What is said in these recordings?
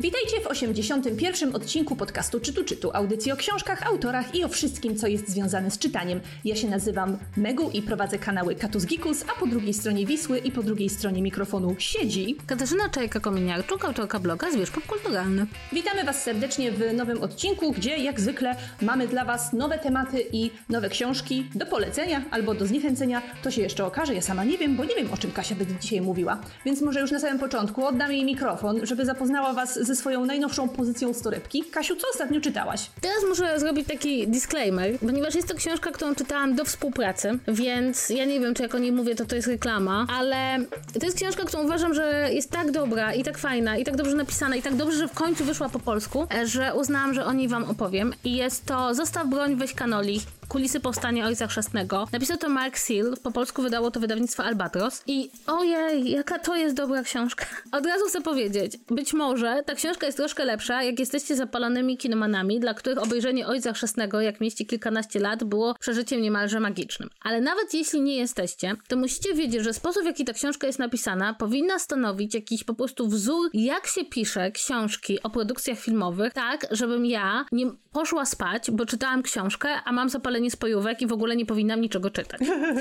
Witajcie w 81. odcinku podcastu Czytu, audycji o książkach, autorach i o wszystkim, co jest związane z czytaniem. Ja się nazywam Megu i prowadzę kanały Katus Gikus, a po drugiej stronie Wisły i po drugiej stronie mikrofonu siedzi Katarzyna Czajka-Kominiarczuk, autorka bloga Zwierz Popkulturalny. Witamy Was serdecznie w nowym odcinku, gdzie jak zwykle mamy dla Was nowe tematy i nowe książki do polecenia albo do zniechęcenia. To się jeszcze okaże, ja sama nie wiem, bo nie wiem, o czym Kasia będzie dzisiaj mówiła. Więc może już na samym początku oddam jej mikrofon, żeby zapoznała Was ze swoją najnowszą pozycją z torebki. Kasiu, co ostatnio czytałaś? Teraz muszę zrobić taki disclaimer, ponieważ jest to książka, którą czytałam do współpracy, więc ja nie wiem, czy jak o niej mówię, to jest reklama, ale to jest książka, którą uważam, że jest tak dobra i tak fajna i tak dobrze napisana i tak dobrze, że w końcu wyszła po polsku, że uznałam, że o niej wam opowiem. I jest to Zostaw broń, weź kanoli. Kulisy powstania Ojca Chrzestnego. Napisał to Mark Seal, po polsku wydało to wydawnictwo Albatros. I ojej, jaka to jest dobra książka. Od razu chcę powiedzieć, być może ta książka jest troszkę lepsza, jak jesteście zapalonymi kinomanami, dla których obejrzenie Ojca Chrzestnego, jak mieliście kilkanaście lat, było przeżyciem niemalże magicznym. Ale nawet jeśli nie jesteście, to musicie wiedzieć, że sposób, w jaki ta książka jest napisana, powinna stanowić jakiś po prostu wzór, jak się pisze książki o produkcjach filmowych, tak, żebym ja nie poszła spać, bo czytałam książkę, a mam zapalenie spojówek i w ogóle nie powinnam niczego czytać.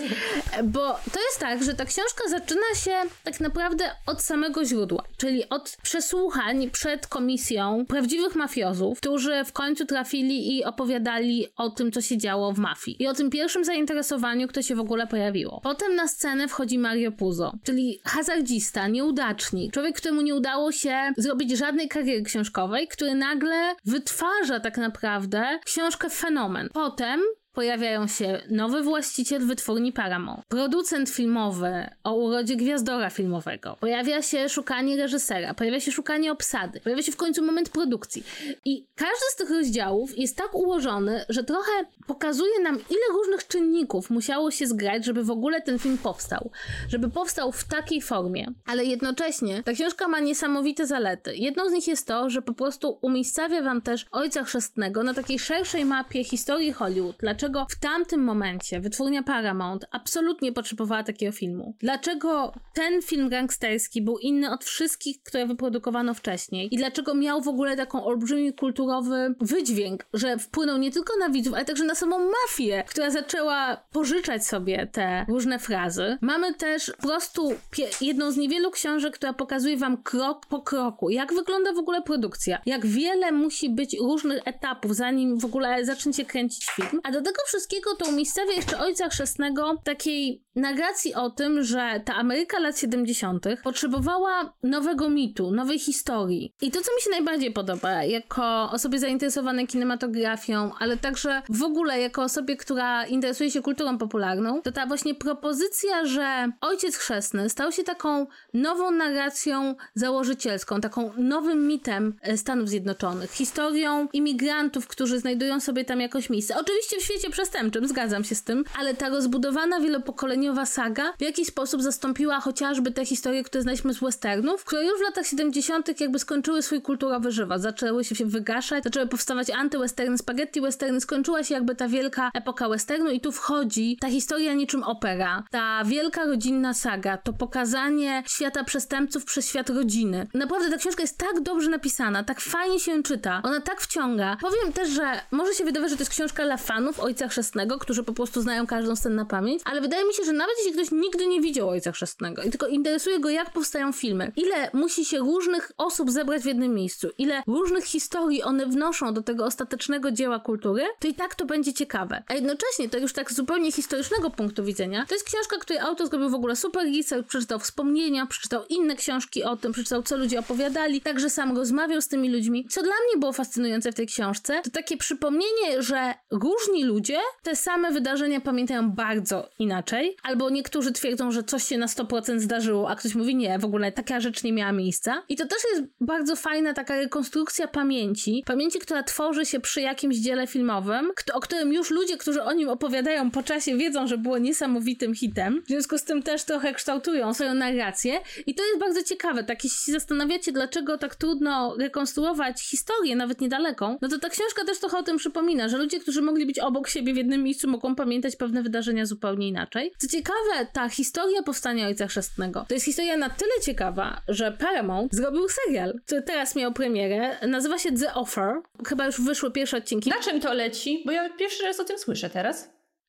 Bo to jest tak, że ta książka zaczyna się tak naprawdę od samego źródła, czyli od przesłuchań przed komisją prawdziwych mafiozów, którzy w końcu trafili i opowiadali o tym, co się działo w mafii. I o tym pierwszym zainteresowaniu, które się w ogóle pojawiło. Potem na scenę wchodzi Mario Puzo, czyli hazardzista, nieudacznik, człowiek, któremu nie udało się zrobić żadnej kariery książkowej, który nagle wytwarza tak naprawdę książkę fenomen. Potem pojawiają się nowy właściciel wytwórni Paramount, producent filmowy o urodzie gwiazdora filmowego, pojawia się szukanie reżysera, pojawia się szukanie obsady, pojawia się w końcu moment produkcji. I każdy z tych rozdziałów jest tak ułożony, że trochę pokazuje nam, ile różnych czynników musiało się zgrać, żeby w ogóle ten film powstał. Żeby powstał w takiej formie. Ale jednocześnie ta książka ma niesamowite zalety. Jedną z nich jest to, że po prostu umiejscawia wam też Ojca Chrzestnego na takiej szerszej mapie historii Hollywood. Dlaczego w tamtym momencie wytwórnia Paramount absolutnie potrzebowała takiego filmu? Dlaczego ten film gangsterski był inny od wszystkich, które wyprodukowano wcześniej? I dlaczego miał w ogóle taką olbrzymi kulturowy wydźwięk, że wpłynął nie tylko na widzów, ale także na samą mafię, która zaczęła pożyczać sobie te różne frazy. Mamy też po prostu jedną z niewielu książek, która pokazuje wam krok po kroku, jak wygląda w ogóle produkcja, jak wiele musi być różnych etapów, zanim w ogóle zaczniecie kręcić film. A do tego wszystkiego to umiejscawia jeszcze Ojca Chrzestnego takiej narracji o tym, że ta Ameryka lat 70. potrzebowała nowego mitu, nowej historii. I to, co mi się najbardziej podoba jako osobie zainteresowanej kinematografią, ale także w ogóle jako osobie, która interesuje się kulturą popularną, to ta właśnie propozycja, że Ojciec Chrzestny stał się taką nową narracją założycielską, taką nowym mitem Stanów Zjednoczonych, historią imigrantów, którzy znajdują sobie tam jakoś miejsce. Oczywiście w świecie przestępczym, zgadzam się z tym, ale ta rozbudowana wielopokoleniowa saga w jakiś sposób zastąpiła chociażby te historie, które znaliśmy z westernów, które już w latach 70. jakby skończyły swój kulturowy żywot. Zaczęły się wygaszać, zaczęły powstawać antywesterny, spaghetti westerny, skończyła się jakby ta wielka epoka westernu i tu wchodzi ta historia niczym opera. Ta wielka rodzinna saga, to pokazanie świata przestępców przez świat rodziny. Naprawdę ta książka jest tak dobrze napisana, tak fajnie się czyta, ona tak wciąga. Powiem też, że może się wydawać, że to jest książka dla fanów Ojca Chrzestnego, którzy po prostu znają każdą scenę na pamięć, ale wydaje mi się, że nawet jeśli ktoś nigdy nie widział Ojca Chrzestnego i tylko interesuje go, jak powstają filmy, ile musi się różnych osób zebrać w jednym miejscu, ile różnych historii one wnoszą do tego ostatecznego dzieła kultury, to i tak to będzie ciekawe. A jednocześnie, to już tak z zupełnie historycznego punktu widzenia, to jest książka, której autor zrobił w ogóle super research, przeczytał wspomnienia, przeczytał inne książki o tym, przeczytał, co ludzie opowiadali, także sam rozmawiał z tymi ludźmi. Co dla mnie było fascynujące w tej książce, to takie przypomnienie, że różni ludzie te same wydarzenia pamiętają bardzo inaczej, albo niektórzy twierdzą, że coś się na 100% zdarzyło, a ktoś mówi nie, w ogóle taka rzecz nie miała miejsca. I to też jest bardzo fajna taka rekonstrukcja pamięci, która tworzy się przy jakimś dziele filmowym, o którym już ludzie, którzy o nim opowiadają po czasie, wiedzą, że było niesamowitym hitem. W związku z tym też trochę kształtują swoją narrację i to jest bardzo ciekawe. Tak jeśli się zastanawiacie, dlaczego tak trudno rekonstruować historię, nawet niedaleką, no to ta książka też trochę o tym przypomina, że ludzie, którzy mogli być obok obok siebie w jednym miejscu mogą pamiętać pewne wydarzenia zupełnie inaczej. Co ciekawe, ta historia powstania Ojca Chrzestnego to jest historia na tyle ciekawa, że Paramount zrobił serial, który teraz miał premierę. Nazywa się The Offer. Chyba już wyszły pierwsze odcinki. Na czym to leci? Bo ja pierwszy raz o tym słyszę teraz.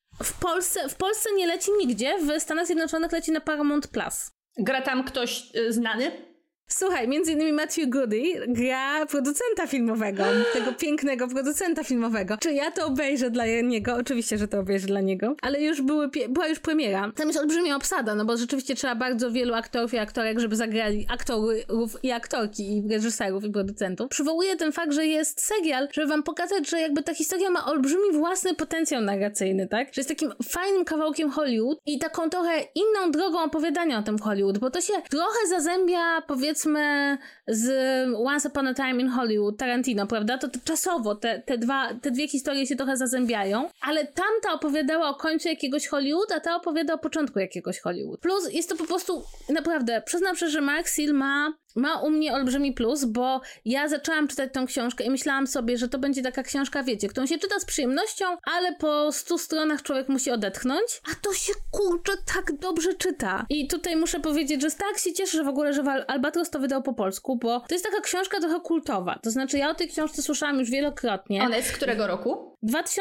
W Polsce nie leci nigdzie, w Stanach Zjednoczonych leci na Paramount Plus. Gra tam ktoś znany? Słuchaj, między innymi Matthew Goody gra producenta filmowego, tego pięknego producenta filmowego. Czy ja to obejrzę dla niego? Oczywiście, że to obejrzę dla niego, ale już była już premiera. Tam jest olbrzymia obsada, no bo rzeczywiście trzeba bardzo wielu aktorów i aktorek, żeby zagrali aktorów i aktorki, i reżyserów, i producentów. Przywołuję ten fakt, że jest serial, żeby wam pokazać, że jakby ta historia ma olbrzymi własny potencjał narracyjny, tak? Że jest takim fajnym kawałkiem Hollywood i taką trochę inną drogą opowiadania o tym Hollywood, bo to się trochę zazębia, powiedzmy, z Once Upon a Time in Hollywood, Tarantino, prawda? To czasowo te dwie historie się trochę zazębiają, ale tamta opowiadała o końcu jakiegoś Hollywood, a ta opowiada o początku jakiegoś Hollywood. Plus jest to po prostu, naprawdę, przyznam szczerze, że Mark Seal ma u mnie olbrzymi plus, bo ja zaczęłam czytać tą książkę i myślałam sobie, że to będzie taka książka, wiecie, którą się czyta z przyjemnością, ale po 100 stronach człowiek musi odetchnąć, a to się, kurczę, tak dobrze czyta. I tutaj muszę powiedzieć, że tak się cieszę, że w ogóle, że Albatros to wydał po polsku, bo to jest taka książka trochę kultowa. To znaczy, ja o tej książce słyszałam już wielokrotnie. Ona jest z którego roku?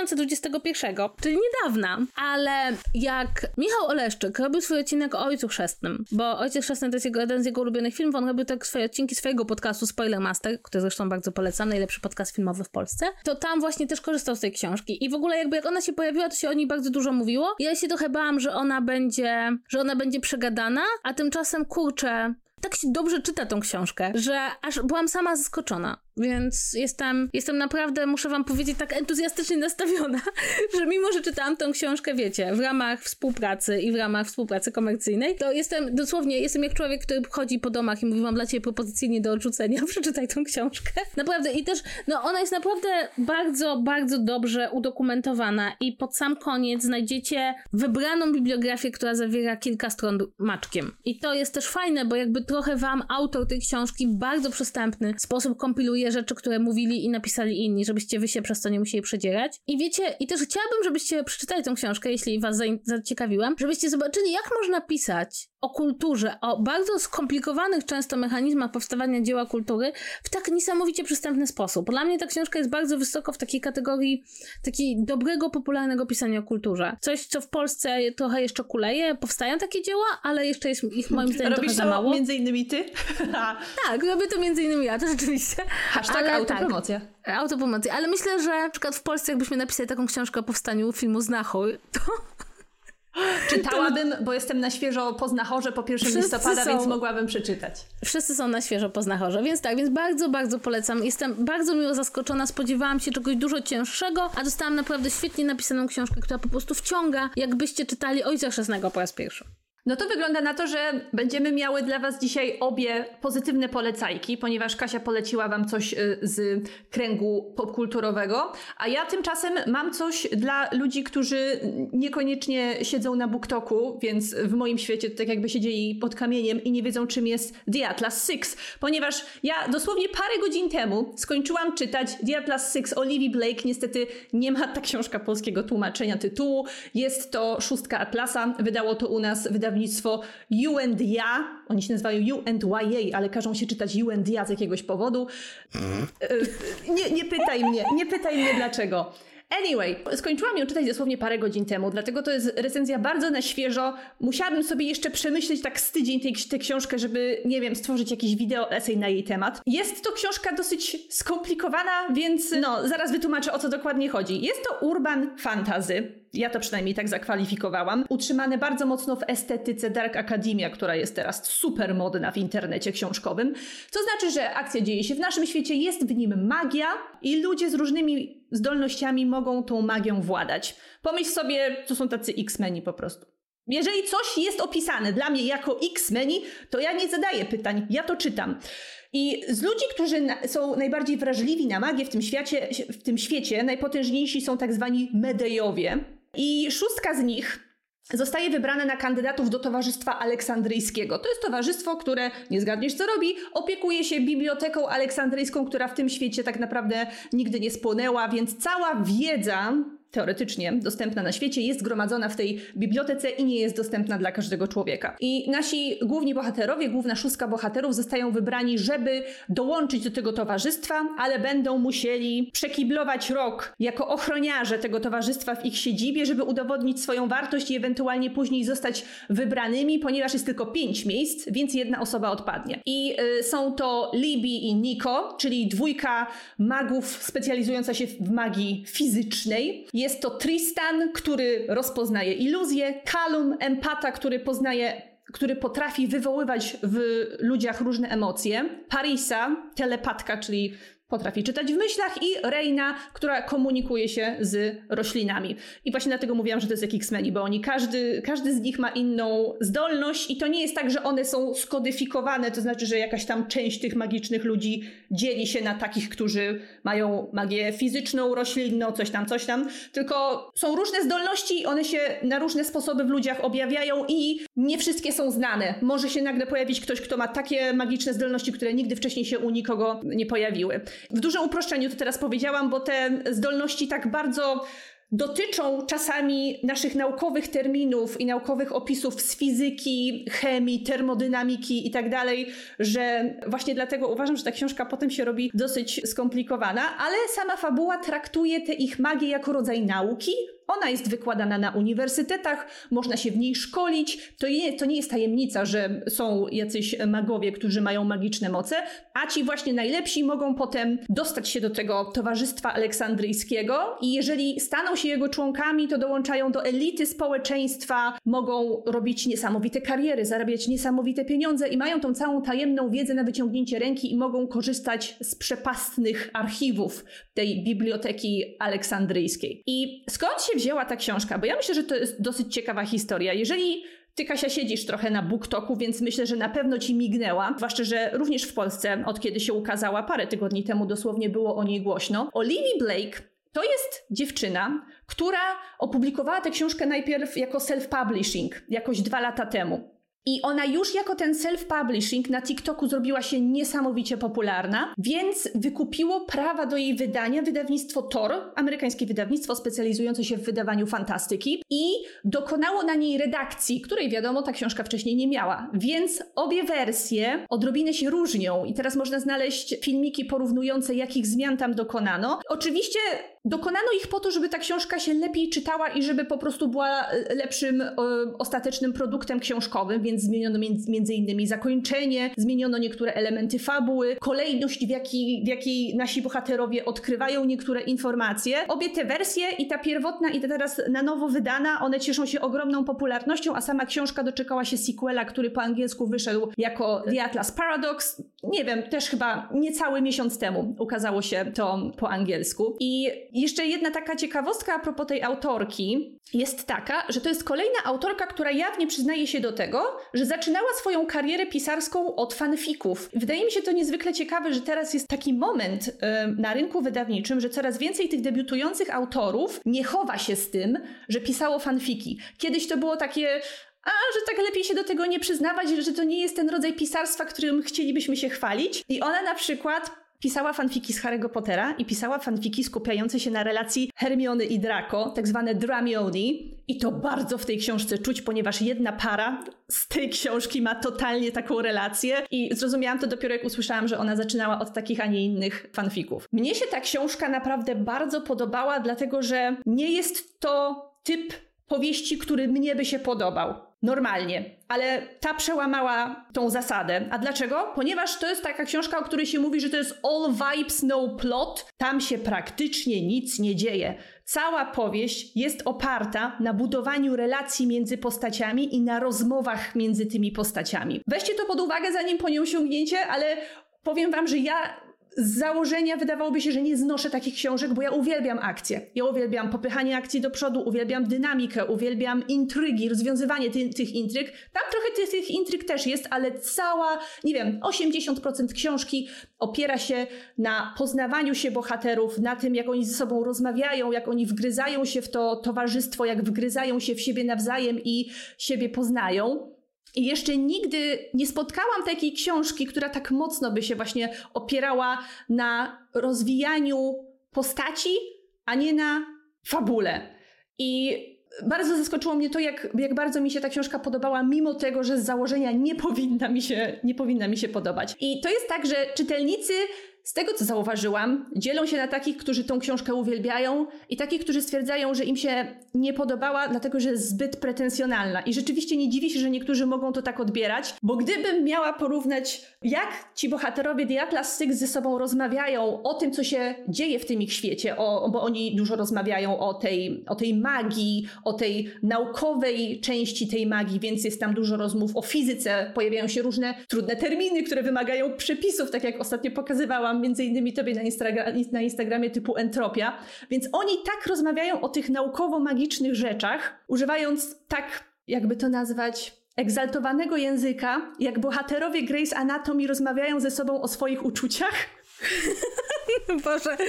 2021, czyli niedawna, ale jak Michał Oleszczyk robił swój odcinek o Ojcu Chrzestnym, bo Ojciec Chrzestny to jest jeden z jego ulubionych filmów, on robił tak swoje odcinki swojego podcastu Spoilermaster, który zresztą bardzo polecam, najlepszy podcast filmowy w Polsce, to tam właśnie też korzystał z tej książki i w ogóle jakby jak ona się pojawiła, to się o niej bardzo dużo mówiło. Ja się trochę bałam, że ona będzie przegadana, a tymczasem, kurczę, tak się dobrze czyta tą książkę, że aż byłam sama zaskoczona. Więc jestem naprawdę, muszę wam powiedzieć, tak entuzjastycznie nastawiona, że mimo, że czytałam tą książkę, wiecie, w ramach współpracy i w ramach współpracy komercyjnej, to jestem jak człowiek, który chodzi po domach i mówi, mam dla ciebie propozycję nie do odrzucenia, przeczytaj tą książkę. Naprawdę i też, no ona jest naprawdę bardzo, bardzo dobrze udokumentowana i pod sam koniec znajdziecie wybraną bibliografię, która zawiera kilka stron maczkiem. I to jest też fajne, bo jakby trochę wam autor tej książki w bardzo przystępny sposób kompiluje rzeczy, które mówili i napisali inni, żebyście wy się przez to nie musieli przedzierać. I wiecie, i też chciałabym, żebyście przeczytali tę książkę, jeśli was zaciekawiłam, żebyście zobaczyli, jak można pisać o kulturze, o bardzo skomplikowanych często mechanizmach powstawania dzieła kultury w tak niesamowicie przystępny sposób. Dla mnie ta książka jest bardzo wysoko w takiej kategorii dobrego, popularnego pisania o kulturze. Coś, co w Polsce trochę jeszcze kuleje. Powstają takie dzieła, ale jeszcze jest ich moim zdaniem trochę za mało. Robisz to między innymi ty? Tak, robię to między innymi ja, to rzeczywiście. Hashtag autopromocja. Tak, autopromocja. Ale myślę, że na przykład w Polsce jakbyśmy napisali taką książkę o powstaniu filmu Znachor, to... Czytałabym, bo jestem na świeżo po Znachorze po 1 listopada, więc mogłabym przeczytać. Wszyscy są na świeżo po Znachorze, więc tak, więc bardzo, bardzo polecam. Jestem bardzo miło zaskoczona, spodziewałam się czegoś dużo cięższego, a dostałam naprawdę świetnie napisaną książkę, która po prostu wciąga, jakbyście czytali Ojca Chrzestnego po raz pierwszy. No to wygląda na to, że będziemy miały dla was dzisiaj obie pozytywne polecajki, ponieważ Kasia poleciła wam coś z kręgu popkulturowego, a ja tymczasem mam coś dla ludzi, którzy niekoniecznie siedzą na BookToku, więc w moim świecie to tak jakby siedzieli pod kamieniem i nie wiedzą, czym jest The Atlas VI, ponieważ ja dosłownie parę godzin temu skończyłam czytać The Atlas VI Olivii Blake. Niestety nie ma ta książka polskiego tłumaczenia tytułu. Jest to 6 Atlasa. Wydało to u nas wydawnictwo U&Ja. Oni się nazywają U&YA, ale każą się czytać U&Ja z jakiegoś powodu. Nie pytaj mnie dlaczego. Anyway, skończyłam ją czytać dosłownie parę godzin temu, dlatego to jest recenzja bardzo na świeżo. Musiałabym sobie jeszcze przemyśleć tak z tydzień tę książkę, żeby, nie wiem, stworzyć jakiś wideo esej na jej temat. Jest to książka dosyć skomplikowana, więc zaraz wytłumaczę, o co dokładnie chodzi. Jest to urban fantasy. Ja to przynajmniej tak zakwalifikowałam. Utrzymane bardzo mocno w estetyce Dark Academia, która jest teraz super modna w internecie książkowym. Co znaczy, że akcja dzieje się w naszym świecie, jest w nim magia i ludzie z różnymi zdolnościami mogą tą magią władać. Pomyśl sobie, to są tacy X-meni po prostu. Jeżeli coś jest opisane dla mnie jako X-meni, to ja nie zadaję pytań, ja to czytam. I z ludzi, którzy są najbardziej wrażliwi na magię w tym świecie, najpotężniejsi są tak zwani Medejowie. I 6 z nich zostaje wybrane na kandydatów do Towarzystwa Aleksandryjskiego. To jest towarzystwo, które, nie zgadniesz co robi, opiekuje się Biblioteką Aleksandryjską, która w tym świecie tak naprawdę nigdy nie spłonęła, więc cała wiedza teoretycznie dostępna na świecie, jest gromadzona w tej bibliotece i nie jest dostępna dla każdego człowieka. I nasi główni bohaterowie, główna szóstka bohaterów zostają wybrani, żeby dołączyć do tego towarzystwa, ale będą musieli przekiblować rok jako ochroniarze tego towarzystwa w ich siedzibie, żeby udowodnić swoją wartość i ewentualnie później zostać wybranymi, ponieważ jest tylko 5 miejsc, więc jedna osoba odpadnie. I są to Libby i Nico, czyli dwójka magów specjalizująca się w magii fizycznej. Jest to Tristan, który rozpoznaje iluzje, Callum, empata, który potrafi wywoływać w ludziach różne emocje, Parisa, telepatka, czyli potrafi czytać w myślach, i Reina, która komunikuje się z roślinami. I właśnie dlatego mówiłam, że to jest jak X-Meni, bo oni, każdy z nich ma inną zdolność i to nie jest tak, że one są skodyfikowane, to znaczy, że jakaś tam część tych magicznych ludzi dzieli się na takich, którzy mają magię fizyczną, roślinną, coś tam, tylko są różne zdolności i one się na różne sposoby w ludziach objawiają i nie wszystkie są znane. Może się nagle pojawić ktoś, kto ma takie magiczne zdolności, które nigdy wcześniej się u nikogo nie pojawiły. W dużym uproszczeniu to teraz powiedziałam, bo te zdolności tak bardzo dotyczą czasami naszych naukowych terminów i naukowych opisów z fizyki, chemii, termodynamiki i tak dalej, że właśnie dlatego uważam, że ta książka potem się robi dosyć skomplikowana, ale sama fabuła traktuje tę ich magię jako rodzaj nauki. Ona jest wykładana na uniwersytetach, można się w niej szkolić. To nie jest tajemnica, że są jacyś magowie, którzy mają magiczne moce, a ci właśnie najlepsi mogą potem dostać się do tego towarzystwa aleksandryjskiego i jeżeli staną się jego członkami, to dołączają do elity społeczeństwa, mogą robić niesamowite kariery, zarabiać niesamowite pieniądze i mają tą całą tajemną wiedzę na wyciągnięcie ręki i mogą korzystać z przepastnych archiwów tej biblioteki aleksandryjskiej. I skąd się wzięła ta książka? Bo ja myślę, że to jest dosyć ciekawa historia. Jeżeli ty, Kasia, siedzisz trochę na BookToku, więc myślę, że na pewno ci mignęła. Zwłaszcza, że również w Polsce, od kiedy się ukazała, parę tygodni temu dosłownie było o niej głośno. Olivia Blake to jest dziewczyna, która opublikowała tę książkę najpierw jako self-publishing, jakoś 2 lata temu. I ona już jako ten self-publishing na TikToku zrobiła się niesamowicie popularna, więc wykupiło prawa do jej wydania wydawnictwo Tor, amerykańskie wydawnictwo specjalizujące się w wydawaniu fantastyki, i dokonało na niej redakcji, której wiadomo ta książka wcześniej nie miała. Więc obie wersje odrobinę się różnią i teraz można znaleźć filmiki porównujące, jakich zmian tam dokonano. Oczywiście dokonano ich po to, żeby ta książka się lepiej czytała i żeby po prostu była lepszym ostatecznym produktem książkowym, więc zmieniono między innymi zakończenie, zmieniono niektóre elementy fabuły, kolejność, w jakiej nasi bohaterowie odkrywają niektóre informacje. Obie te wersje, i ta pierwotna, i ta teraz na nowo wydana, one cieszą się ogromną popularnością, a sama książka doczekała się sequela, który po angielsku wyszedł jako The Atlas Paradox. Nie wiem, też chyba niecały miesiąc temu ukazało się to po angielsku. I jeszcze jedna taka ciekawostka a propos tej autorki jest taka, że to jest kolejna autorka, która jawnie przyznaje się do tego, że zaczynała swoją karierę pisarską od fanfików. Wydaje mi się to niezwykle ciekawe, że teraz jest taki moment na rynku wydawniczym, że coraz więcej tych debiutujących autorów nie chowa się z tym, że pisało fanfiki. Kiedyś to było takie... że tak lepiej się do tego nie przyznawać, że to nie jest ten rodzaj pisarstwa, którym chcielibyśmy się chwalić. I ona na przykład pisała fanfiki z Harry'ego Pottera i pisała fanfiki skupiające się na relacji Hermiony i Draco, tak zwane Dramioni. I to bardzo w tej książce czuć, ponieważ jedna para z tej książki ma totalnie taką relację i zrozumiałam to dopiero, jak usłyszałam, że ona zaczynała od takich, a nie innych fanfików. Mnie się ta książka naprawdę bardzo podobała, dlatego że nie jest to typ powieści, który mnie by się podobał. Normalnie. Ale ta przełamała tą zasadę. A dlaczego? Ponieważ to jest taka książka, o której się mówi, że to jest all vibes, no plot. Tam się praktycznie nic nie dzieje. Cała powieść jest oparta na budowaniu relacji między postaciami i na rozmowach między tymi postaciami. Weźcie to pod uwagę, zanim po nie sięgniecie, ale powiem wam, że ja z założenia wydawałoby się, że nie znoszę takich książek, bo ja uwielbiam akcję. Ja uwielbiam popychanie akcji do przodu, uwielbiam dynamikę, uwielbiam intrygi, rozwiązywanie tych intryg. Tam trochę tych intryg też jest, ale cała, 80% książki opiera się na poznawaniu się bohaterów, na tym, jak oni ze sobą rozmawiają, jak oni wgryzają się w to towarzystwo, jak wgryzają się w siebie nawzajem i siebie poznają. I jeszcze nigdy nie spotkałam takiej książki, która tak mocno by się właśnie opierała na rozwijaniu postaci, a nie na fabule. I bardzo zaskoczyło mnie to, jak bardzo mi się ta książka podobała, mimo tego, że z założenia nie powinna mi się podobać. I to jest tak, że czytelnicy, z tego co zauważyłam, dzielą się na takich, którzy tą książkę uwielbiają i takich, którzy stwierdzają, że im się nie podobała, dlatego że jest zbyt pretensjonalna. I rzeczywiście nie dziwi się, że niektórzy mogą to tak odbierać, bo gdybym miała porównać, jak ci bohaterowie The Atlas Six ze sobą rozmawiają o tym, co się dzieje w tym ich świecie, bo oni dużo rozmawiają o tej magii, o tej naukowej części tej magii, więc jest tam dużo rozmów o fizyce, pojawiają się różne trudne terminy, które wymagają przepisów, tak jak ostatnio pokazywałam między innymi tobie na Instagramie typu entropia. Więc oni tak rozmawiają o tych naukowo-magicznych rzeczach, używając tak, jakby to nazwać, egzaltowanego języka, jak bohaterowie Grey's Anatomy rozmawiają ze sobą o swoich uczuciach. Boże.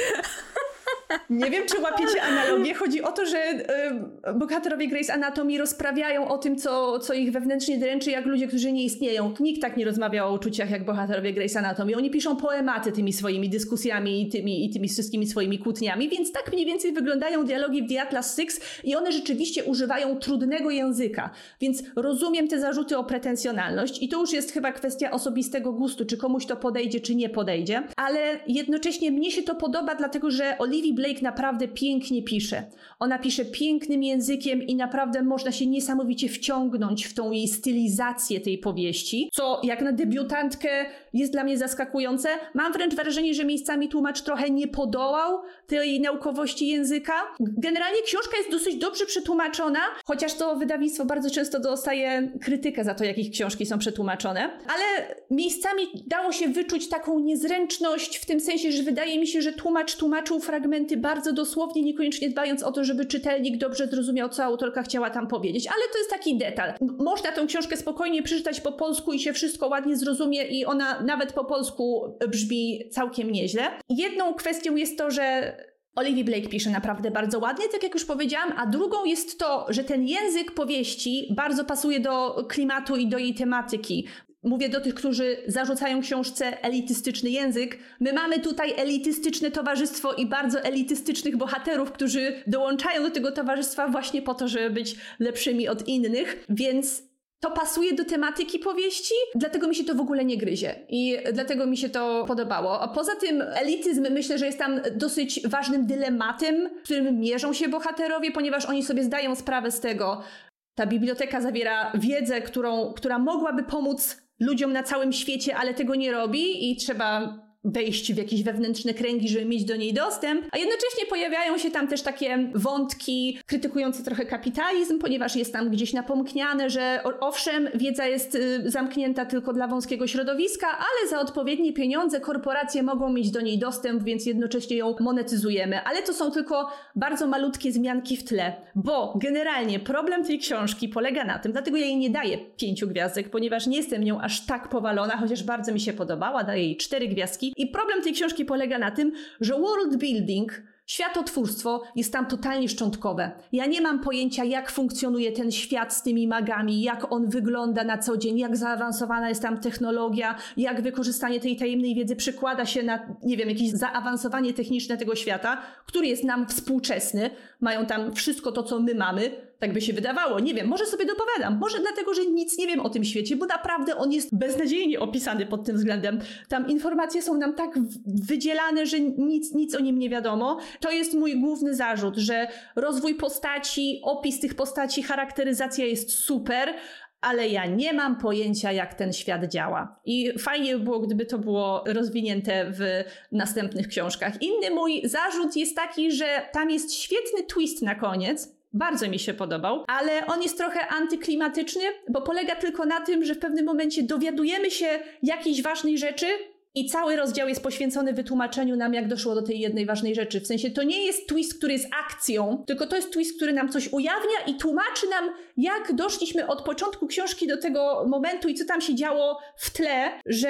Nie wiem, czy łapiecie analogię. Chodzi o to, że bohaterowie Grey's Anatomy rozprawiają o tym, co ich wewnętrznie dręczy, jak ludzie, którzy nie istnieją. Nikt tak nie rozmawia o uczuciach jak bohaterowie Grey's Anatomy. Oni piszą poematy tymi swoimi dyskusjami i tymi wszystkimi swoimi kłótniami, więc tak mniej więcej wyglądają dialogi w The Atlas Six i one rzeczywiście używają trudnego języka. Więc rozumiem te zarzuty o pretensjonalność i to już jest chyba kwestia osobistego gustu, czy komuś to podejdzie, czy nie podejdzie, ale jednocześnie mnie się to podoba, dlatego że Olivia Blake naprawdę pięknie pisze. Ona pisze pięknym językiem i naprawdę można się niesamowicie wciągnąć w tą jej stylizację tej powieści, co jak na debiutantkę jest dla mnie zaskakujące. Mam wręcz wrażenie, że miejscami tłumacz trochę nie podołał tej naukowości języka. Generalnie książka jest dosyć dobrze przetłumaczona, chociaż to wydawnictwo bardzo często dostaje krytykę za to, jak ich książki są przetłumaczone, ale miejscami dało się wyczuć taką niezręczność w tym sensie, że wydaje mi się, że tłumacz tłumaczył fragmenty bardzo dosłownie, niekoniecznie dbając o to, żeby czytelnik dobrze zrozumiał, co autorka chciała tam powiedzieć, ale to jest taki detal. Można tę książkę spokojnie przeczytać po polsku i się wszystko ładnie zrozumie i ona nawet po polsku brzmi całkiem nieźle. Jedną kwestią jest to, że Olivia Blake pisze naprawdę bardzo ładnie, tak jak już powiedziałam, a drugą jest to, że ten język powieści bardzo pasuje do klimatu i do jej tematyki. Mówię do tych, którzy zarzucają książce elitystyczny język. My mamy tutaj elitystyczne towarzystwo i bardzo elitystycznych bohaterów, którzy dołączają do tego towarzystwa właśnie po to, żeby być lepszymi od innych, więc to pasuje do tematyki powieści, dlatego mi się to w ogóle nie gryzie i dlatego mi się to podobało. A poza tym elityzm myślę, że jest tam dosyć ważnym dylematem, w którym mierzą się bohaterowie, ponieważ oni sobie zdają sprawę z tego. Ta biblioteka zawiera wiedzę, która mogłaby pomóc ludziom na całym świecie, ale tego nie robi i trzeba wejść w jakieś wewnętrzne kręgi, żeby mieć do niej dostęp, a jednocześnie pojawiają się tam też takie wątki krytykujące trochę kapitalizm, ponieważ jest tam gdzieś napomkniane, że owszem, wiedza jest zamknięta tylko dla wąskiego środowiska, ale za odpowiednie pieniądze korporacje mogą mieć do niej dostęp, więc jednocześnie ją monetyzujemy. Ale to są tylko bardzo malutkie zmianki w tle, bo generalnie problem tej książki polega na tym, dlatego ja jej nie daję 5 gwiazdek, ponieważ nie jestem nią aż tak powalona, chociaż bardzo mi się podobała, daję jej 4 gwiazdki. I problem tej książki polega na tym, że world building, światotwórstwo jest tam totalnie szczątkowe. Ja nie mam pojęcia, jak funkcjonuje ten świat z tymi magami, jak on wygląda na co dzień, jak zaawansowana jest tam technologia, jak wykorzystanie tej tajemnej wiedzy przekłada się na, nie wiem, jakieś zaawansowanie techniczne tego świata, który jest nam współczesny. Mają tam wszystko to, co my mamy. Tak by się wydawało. Nie wiem, może sobie dopowiadam. Może dlatego, że nic nie wiem o tym świecie, bo naprawdę on jest beznadziejnie opisany pod tym względem. Tam informacje są nam tak wydzielane, że nic o nim nie wiadomo. To jest mój główny zarzut, że rozwój postaci, opis tych postaci, charakteryzacja jest super, ale ja nie mam pojęcia, jak ten świat działa. I fajnie by było, gdyby to było rozwinięte w następnych książkach. Inny mój zarzut jest taki, że tam jest świetny twist na koniec. Bardzo mi się podobał, ale on jest trochę antyklimatyczny, bo polega tylko na tym, że w pewnym momencie dowiadujemy się jakiejś ważnej rzeczy i cały rozdział jest poświęcony wytłumaczeniu nam, jak doszło do tej jednej ważnej rzeczy. W sensie to nie jest twist, który jest akcją, tylko to jest twist, który nam coś ujawnia i tłumaczy nam, jak doszliśmy od początku książki do tego momentu i co tam się działo w tle,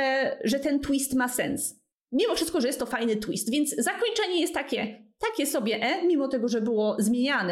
że ten twist ma sens. Mimo wszystko, że jest to fajny twist, więc zakończenie jest takie sobie, mimo tego, że było zmieniane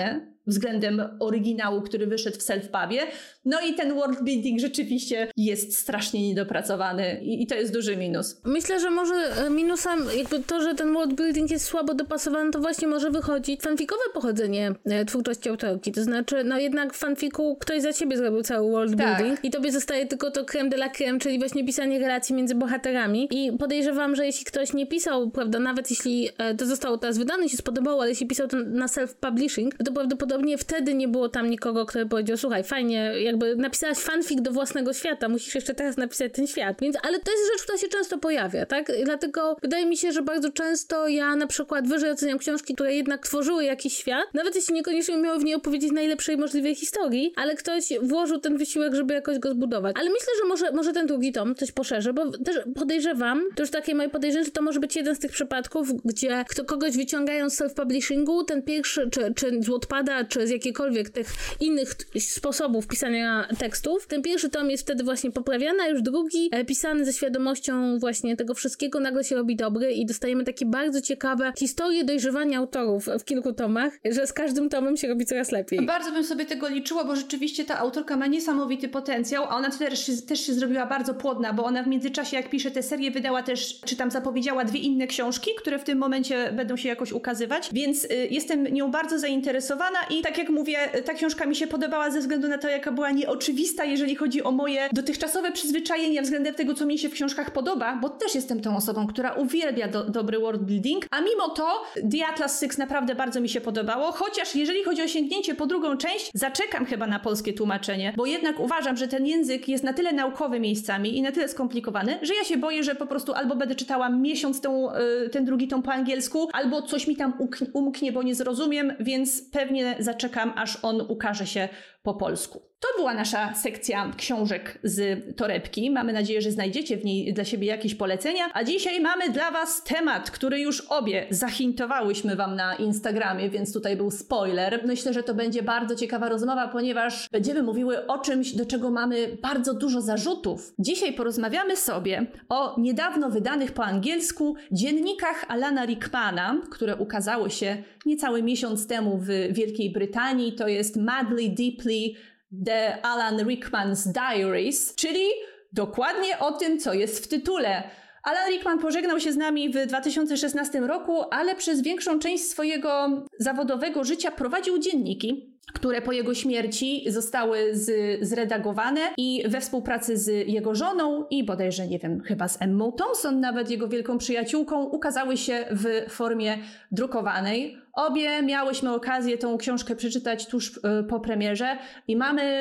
względem oryginału, który wyszedł w self-pubie. No i ten world building rzeczywiście jest strasznie niedopracowany i to jest duży minus. Myślę, że może minusem jakby to, że ten world building jest słabo dopasowany, to właśnie może wychodzić fanficowe pochodzenie twórczości autorki. To znaczy, no jednak w fanfiku ktoś za ciebie zrobił cały world building i tobie zostaje tylko to creme de la creme, czyli właśnie pisanie relacji między bohaterami. I podejrzewam, że jeśli ktoś nie pisał, prawda, nawet jeśli to zostało teraz wydane i się spodobało, ale jeśli pisał to na self-publishing, to prawdopodobnie wtedy nie było tam nikogo, kto by powiedział, słuchaj, fajnie, jakby napisałaś fanfic do własnego świata, musisz jeszcze teraz napisać ten świat. Więc, ale to jest rzecz, która się często pojawia, tak? Dlatego wydaje mi się, że bardzo często ja na przykład wyżej oceniam książki, które jednak tworzyły jakiś świat, nawet jeśli niekoniecznie umiały w niej opowiedzieć najlepszej możliwej historii, ale ktoś włożył ten wysiłek, żeby jakoś go zbudować. Ale myślę, że może ten drugi tom coś poszerzy, bo też podejrzewam, to już takie moje podejrzenie, że to może być jeden z tych przypadków, gdzie kogoś wyciągają z self-publishingu, ten pierwszy, czy z Wattpada, czy z jakichkolwiek tych innych sposobów pisania tekstów, ten pierwszy tom jest wtedy właśnie poprawiany, a już drugi, pisany ze świadomością właśnie tego wszystkiego, nagle się robi dobry i dostajemy takie bardzo ciekawe historie dojrzewania autorów w kilku tomach, że z każdym tomem się robi coraz lepiej. Bardzo bym sobie tego liczyła, bo rzeczywiście ta autorka ma niesamowity potencjał, a ona też się zrobiła bardzo płodna, bo ona w międzyczasie, jak pisze tę serię, wydała też, czy tam zapowiedziała 2 inne książki, które w tym momencie będą się jakoś ukazywać, więc jestem nią bardzo zainteresowana i tak jak mówię, ta książka mi się podobała ze względu na to, jaka była nieoczywista, jeżeli chodzi o moje dotychczasowe przyzwyczajenia względem tego, co mi się w książkach podoba, bo też jestem tą osobą, która uwielbia dobry world building, a mimo to The Atlas Six naprawdę bardzo mi się podobało, chociaż jeżeli chodzi o sięgnięcie po drugą część, zaczekam chyba na polskie tłumaczenie, bo jednak uważam, że ten język jest na tyle naukowy miejscami i na tyle skomplikowany, że ja się boję, że po prostu albo będę czytała miesiąc ten drugi tom po angielsku, albo coś mi tam umknie, bo nie zrozumiem, więc pewnie zaczekam, aż on ukaże się po polsku. To była nasza sekcja książek z torebki. Mamy nadzieję, że znajdziecie w niej dla siebie jakieś polecenia. A dzisiaj mamy dla was temat, który już obie zahintowałyśmy wam na Instagramie, więc tutaj był spoiler. Myślę, że to będzie bardzo ciekawa rozmowa, ponieważ będziemy mówiły o czymś, do czego mamy bardzo dużo zarzutów. Dzisiaj porozmawiamy sobie o niedawno wydanych po angielsku dziennikach Alana Rickmana, które ukazały się niecały miesiąc temu w Wielkiej Brytanii. To jest Madly Deeply The Alan Rickman's Diaries, czyli dokładnie o tym, co jest w tytule. Alan Rickman pożegnał się z nami w 2016 roku, ale przez większą część swojego zawodowego życia prowadził dzienniki, które po jego śmierci zostały zredagowane i we współpracy z jego żoną i bodajże, nie wiem, chyba z Emmą Thompson, nawet jego wielką przyjaciółką, ukazały się w formie drukowanej. Obie miałyśmy okazję tą książkę przeczytać tuż po premierze i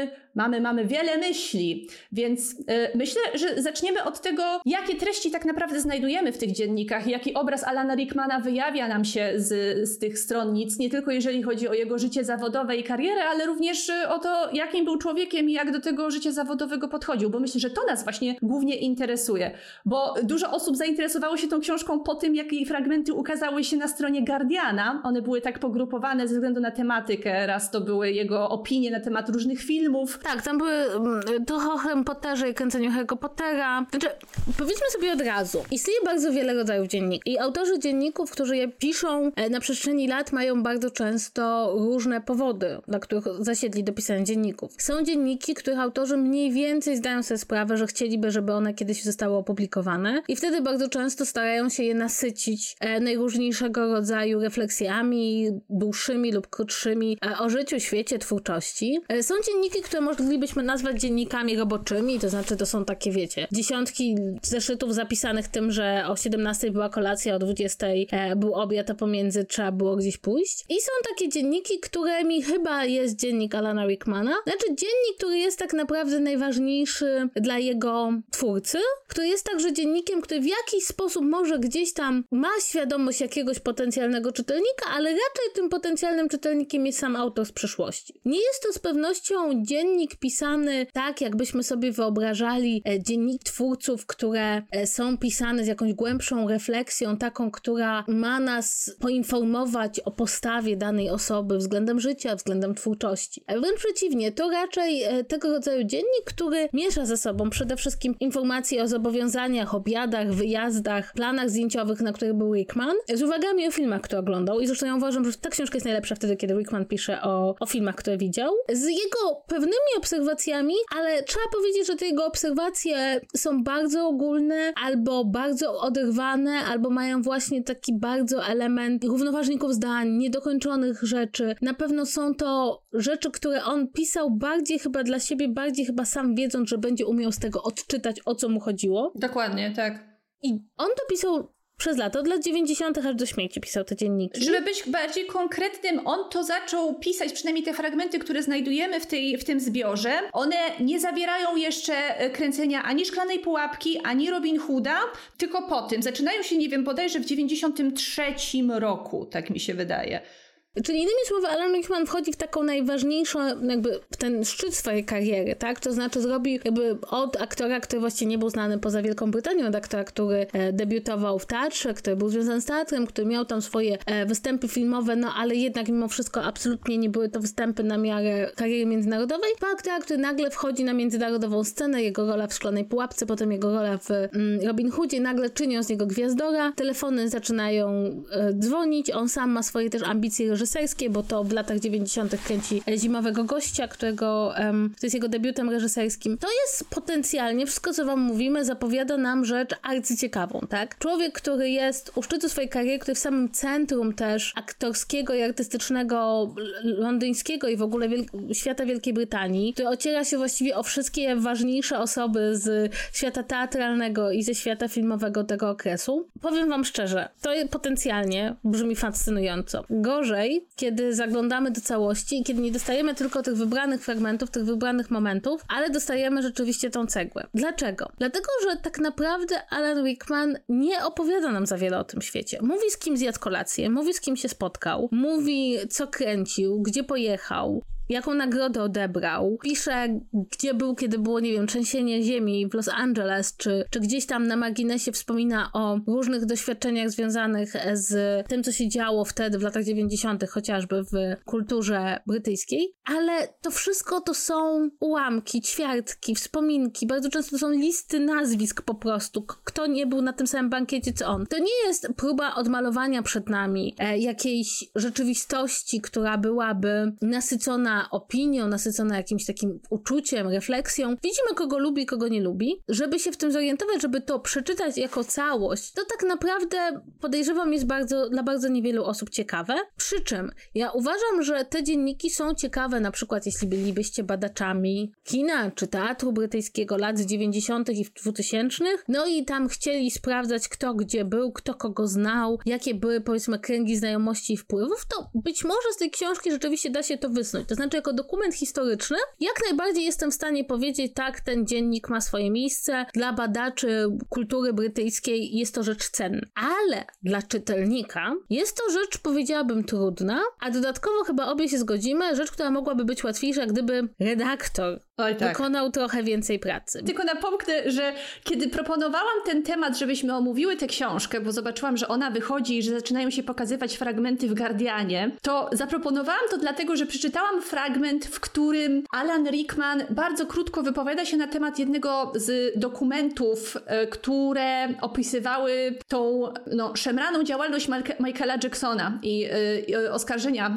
mamy wiele myśli, więc myślę, że zaczniemy od tego, jakie treści tak naprawdę znajdujemy w tych dziennikach, jaki obraz Alana Rickmana wyjawia nam się z tych stronnic, nie tylko jeżeli chodzi o jego życie zawodowe i karierę, ale również o to, jakim był człowiekiem i jak do tego życia zawodowego podchodził, bo myślę, że to nas właśnie głównie interesuje, bo dużo osób zainteresowało się tą książką po tym, jak jej fragmenty ukazały się na stronie Guardiana. One były tak pogrupowane ze względu na tematykę. Raz to były jego opinie na temat różnych filmów. Tak, tam były trochę o Harry Potterze i kręceniu Harry'ego Pottera. Znaczy, powiedzmy sobie od razu, istnieje bardzo wiele rodzajów dzienników i autorzy dzienników, którzy je piszą na przestrzeni lat, mają bardzo często różne powody, dla których zasiedli do pisania dzienników. Są dzienniki, których autorzy mniej więcej zdają sobie sprawę, że chcieliby, żeby one kiedyś zostały opublikowane i wtedy bardzo często starają się je nasycić najróżniejszego rodzaju refleksjami, dłuższymi lub krótszymi o życiu, świecie, twórczości. Są dzienniki, które moglibyśmy nazwać dziennikami roboczymi, to znaczy to są takie, wiecie, dziesiątki zeszytów zapisanych tym, że o 17 była kolacja, o 20 był obiad, a pomiędzy trzeba było gdzieś pójść. I są takie dzienniki, którymi chyba jest dziennik Alana Rickmana. Znaczy dziennik, który jest tak naprawdę najważniejszy dla jego twórcy, który jest także dziennikiem, który w jakiś sposób może gdzieś tam ma świadomość jakiegoś potencjalnego czytelnika, ale raczej tym potencjalnym czytelnikiem jest sam autor z przeszłości. Nie jest to z pewnością dziennik pisany tak, jakbyśmy sobie wyobrażali dziennik twórców, które są pisane z jakąś głębszą refleksją, taką, która ma nas poinformować o postawie danej osoby względem życia, względem twórczości. Wręcz przeciwnie, to raczej tego rodzaju dziennik, który miesza ze sobą przede wszystkim informacje o zobowiązaniach, obiadach, wyjazdach, planach zdjęciowych, na których był Rickman, z uwagami o filmach, które oglądał i zresztą ja uważam, że ta książka jest najlepsza wtedy, kiedy Rickman pisze o filmach, które widział. Z jego pewnymi obserwacjami, ale trzeba powiedzieć, że te jego obserwacje są bardzo ogólne, albo bardzo oderwane, albo mają właśnie taki bardzo element równoważników zdań, niedokończonych rzeczy. Na pewno są to rzeczy, które on pisał bardziej chyba dla siebie, bardziej chyba sam wiedząc, że będzie umiał z tego odczytać, o co mu chodziło. Dokładnie, tak. I on to pisał przez lata, od lat 90. aż do śmierci pisał te dzienniki. Żeby być bardziej konkretnym, on to zaczął pisać, przynajmniej te fragmenty, które znajdujemy w tym zbiorze, one nie zawierają jeszcze kręcenia ani Szklanej Pułapki, ani Robin Hooda, tylko po tym. Zaczynają się, nie wiem, bodajże w 93 roku, tak mi się wydaje. Czyli innymi słowy, Alan Rickman wchodzi w taką najważniejszą, jakby w ten szczyt swojej kariery, tak? To znaczy zrobił jakby od aktora, który właściwie nie był znany poza Wielką Brytanią, od aktora, który debiutował w teatrze, który był związany z teatrem, który miał tam swoje występy filmowe, no ale jednak mimo wszystko absolutnie nie były to występy na miarę kariery międzynarodowej. Po aktora, który nagle wchodzi na międzynarodową scenę, jego rola w Szklanej Pułapce, potem jego rola w Robin Hoodzie, nagle czynią z niego gwiazdora, telefony zaczynają dzwonić, on sam ma swoje też ambicje reżyserskie, bo to w latach 90. kręci Zimowego Gościa, to jest jego debiutem reżyserskim. To jest potencjalnie, wszystko co wam mówimy, zapowiada nam rzecz arcyciekawą, tak? Człowiek, który jest u szczytu swojej kariery, który w samym centrum też aktorskiego i artystycznego londyńskiego i w ogóle świata Wielkiej Brytanii, który ociera się właściwie o wszystkie ważniejsze osoby z świata teatralnego i ze świata filmowego tego okresu. Powiem wam szczerze, to potencjalnie brzmi fascynująco. Gorzej, kiedy zaglądamy do całości i kiedy nie dostajemy tylko tych wybranych fragmentów, tych wybranych momentów, ale dostajemy rzeczywiście tą cegłę. Dlaczego? Dlatego, że tak naprawdę Alan Rickman nie opowiada nam za wiele o tym świecie. Mówi, z kim zjadł kolację, mówi, z kim się spotkał, mówi, co kręcił, gdzie pojechał, jaką nagrodę odebrał. Pisze, gdzie był, kiedy było, nie wiem, trzęsienie ziemi w Los Angeles, czy gdzieś tam na marginesie wspomina o różnych doświadczeniach związanych z tym, co się działo wtedy w latach 90., chociażby w kulturze brytyjskiej. Ale to wszystko to są ułamki, ćwiartki, wspominki. Bardzo często to są listy nazwisk po prostu. Kto nie był na tym samym bankiecie, co on. To nie jest próba odmalowania przed nami jakiejś rzeczywistości, która byłaby nasycona opinią, nasycona jakimś takim uczuciem, refleksją. Widzimy, kogo lubi, kogo nie lubi. Żeby się w tym zorientować, żeby to przeczytać jako całość, to tak naprawdę podejrzewam jest dla bardzo niewielu osób ciekawe. Przy czym ja uważam, że te dzienniki są ciekawe, na przykład jeśli bylibyście badaczami kina czy teatru brytyjskiego lat 90. i 2000, no i tam chcieli sprawdzać, kto gdzie był, kto kogo znał, jakie były, powiedzmy, kręgi znajomości i wpływów, to być może z tej książki rzeczywiście da się to wysnuć. To znaczy, jako dokument historyczny, jak najbardziej jestem w stanie powiedzieć, tak, ten dziennik ma swoje miejsce, dla badaczy kultury brytyjskiej jest to rzecz cenna. Ale dla czytelnika jest to rzecz, powiedziałabym, trudna, a dodatkowo chyba obie się zgodzimy, rzecz, która mogłaby być łatwiejsza, gdyby redaktor wykonał trochę więcej pracy. Tylko napomknę, że kiedy proponowałam ten temat, żebyśmy omówiły tę książkę, bo zobaczyłam, że ona wychodzi i że zaczynają się pokazywać fragmenty w Guardianie, to zaproponowałam to dlatego, że przeczytałam fragment, w którym Alan Rickman bardzo krótko wypowiada się na temat jednego z dokumentów, które opisywały tą szemraną działalność Michaela Jacksona i oskarżenia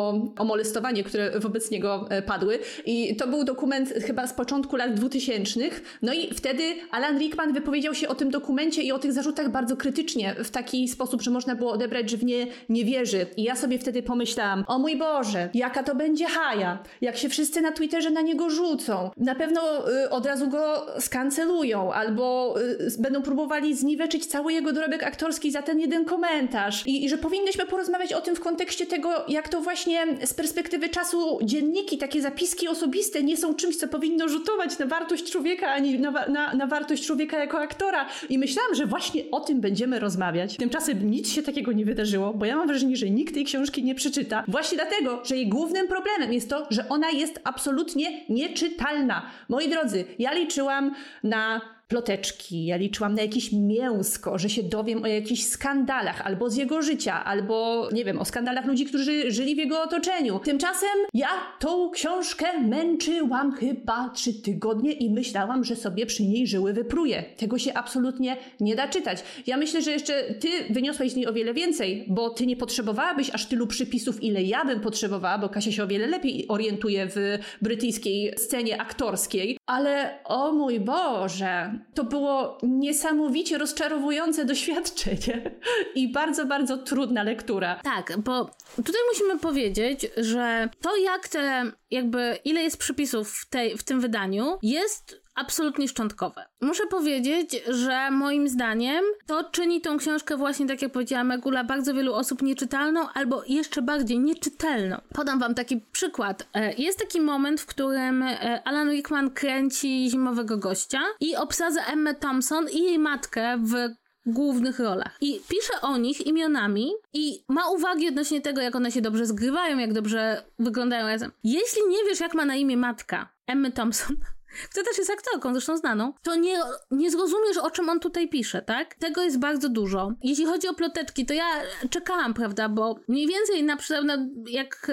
o molestowanie, które wobec niego padły. I to był dokument chyba z początku lat 2000. No i wtedy Alan Rickman wypowiedział się o tym dokumencie i o tych zarzutach bardzo krytycznie, w taki sposób, że można było odebrać, że w nie wierzy. I ja sobie wtedy pomyślałam, o mój Boże, jaka to będzie haja, jak się wszyscy na Twitterze na niego rzucą. Na pewno od razu go skancelują, albo będą próbowali zniweczyć cały jego dorobek aktorski za ten jeden komentarz. I że powinnyśmy porozmawiać o tym w kontekście tego, jak to właśnie z perspektywy czasu dzienniki, takie zapiski osobiste nie są czymś, co powinno rzutować na wartość człowieka, ani na wartość człowieka jako aktora. I myślałam, że właśnie o tym będziemy rozmawiać. Tymczasem nic się takiego nie wydarzyło, bo ja mam wrażenie, że nikt tej książki nie przeczyta. Właśnie dlatego, że jej głównym problemem jest to, że ona jest absolutnie nieczytalna. Moi drodzy, ja liczyłam na ploteczki, ja liczyłam na jakieś mięsko, że się dowiem o jakichś skandalach, albo z jego życia, albo, nie wiem, o skandalach ludzi, którzy żyli w jego otoczeniu. Tymczasem ja tą książkę męczyłam chyba 3 tygodnie i myślałam, że sobie przy niej żyły wypruję. Tego się absolutnie nie da czytać. Ja myślę, że jeszcze ty wyniosłaś z niej o wiele więcej, bo ty nie potrzebowałabyś aż tylu przypisów, ile ja bym potrzebowała, bo Kasia się o wiele lepiej orientuje w brytyjskiej scenie aktorskiej. Ale o mój Boże, to było niesamowicie rozczarowujące doświadczenie i bardzo, bardzo trudna lektura. Tak, bo tutaj musimy powiedzieć, że to ile jest przypisów w tym wydaniu jest absolutnie szczątkowe. Muszę powiedzieć, że moim zdaniem to czyni tą książkę właśnie, tak jak powiedziała Megula, bardzo wielu osób nieczytalną albo jeszcze bardziej nieczytelną. Podam wam taki przykład. Jest taki moment, w którym Alan Rickman kręci Zimowego Gościa i obsadza Emmę Thompson i jej matkę w głównych rolach. I pisze o nich imionami i ma uwagi odnośnie tego, jak one się dobrze zgrywają, jak dobrze wyglądają razem. Jeśli nie wiesz, jak ma na imię matka Emmy Thompson, która też jest aktorką, zresztą znaną, to nie zrozumiesz, o czym on tutaj pisze, tak? Tego jest bardzo dużo. Jeśli chodzi o ploteczki, to ja czekałam, prawda, bo mniej więcej na przykład jak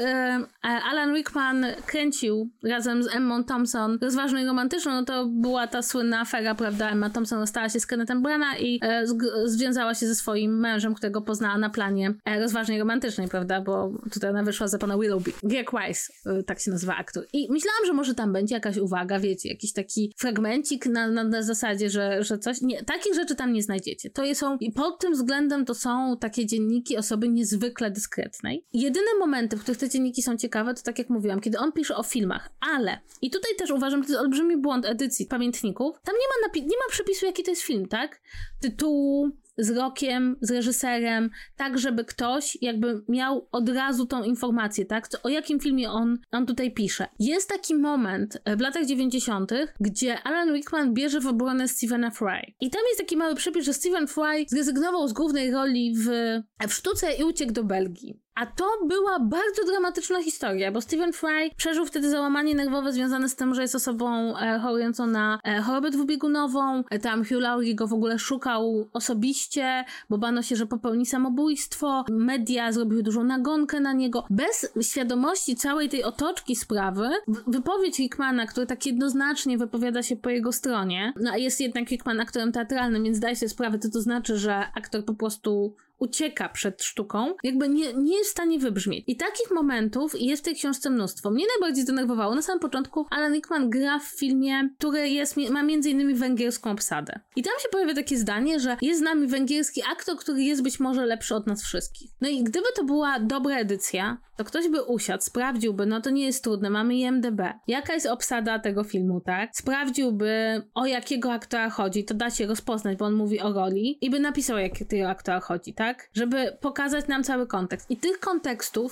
Alan Rickman kręcił razem z Emmą Thompson Rozważną i Romantyczną, no to była ta słynna afera, prawda, Emma Thompson rozstała się z Kennethem Branagh i związała się ze swoim mężem, którego poznała na planie Rozważnej i Romantycznej, prawda, bo tutaj ona wyszła za pana Willoughby. Greg Wise, tak się nazywa aktor. I myślałam, że może tam będzie jakaś uwaga, wiecie, jakiś taki fragmencik na zasadzie, że coś... Nie, takich rzeczy tam nie znajdziecie. I pod tym względem to są takie dzienniki osoby niezwykle dyskretnej. Jedyne momenty, w których te dzienniki są ciekawe, to tak jak mówiłam, kiedy on pisze o filmach, ale i tutaj też uważam, że to jest olbrzymi błąd edycji pamiętników. Tam nie ma przepisu, jaki to jest film, tak? Tytułu, z rokiem, z reżyserem, tak żeby ktoś jakby miał od razu tą informację, tak? O jakim filmie on tutaj pisze. Jest taki moment w latach 90., gdzie Alan Rickman bierze w obronę Stephena Fry. I tam jest taki mały przypis, że Stephen Fry zrezygnował z głównej roli w sztuce i uciekł do Belgii. A to była bardzo dramatyczna historia, bo Stephen Fry przeżył wtedy załamanie nerwowe związane z tym, że jest osobą chorującą na chorobę dwubiegunową. Tam Hugh Laurie go w ogóle szukał osobiście, bo bano się, że popełni samobójstwo. Media zrobiły dużą nagonkę na niego. Bez świadomości całej tej otoczki sprawy, wypowiedź Rickmana, który tak jednoznacznie wypowiada się po jego stronie, no a jest jednak Rickman aktorem teatralnym, więc daj sobie sprawę, co to znaczy, że aktor po prostu ucieka przed sztuką, jakby nie jest w stanie wybrzmieć. I takich momentów jest w tej książce mnóstwo. Mnie najbardziej zdenerwowało na samym początku Alan Rickman gra w filmie, który ma między innymi węgierską obsadę. I tam się pojawia takie zdanie, że jest z nami węgierski aktor, który jest być może lepszy od nas wszystkich. No i gdyby to była dobra edycja, to ktoś by usiadł, sprawdziłby, no to nie jest trudne, mamy IMDb. Jaka jest obsada tego filmu, tak? Sprawdziłby, o jakiego aktora chodzi, to da się rozpoznać, bo on mówi o roli i by napisał, o jakiego aktora chodzi, tak? Żeby pokazać nam cały kontekst. I tych kontekstów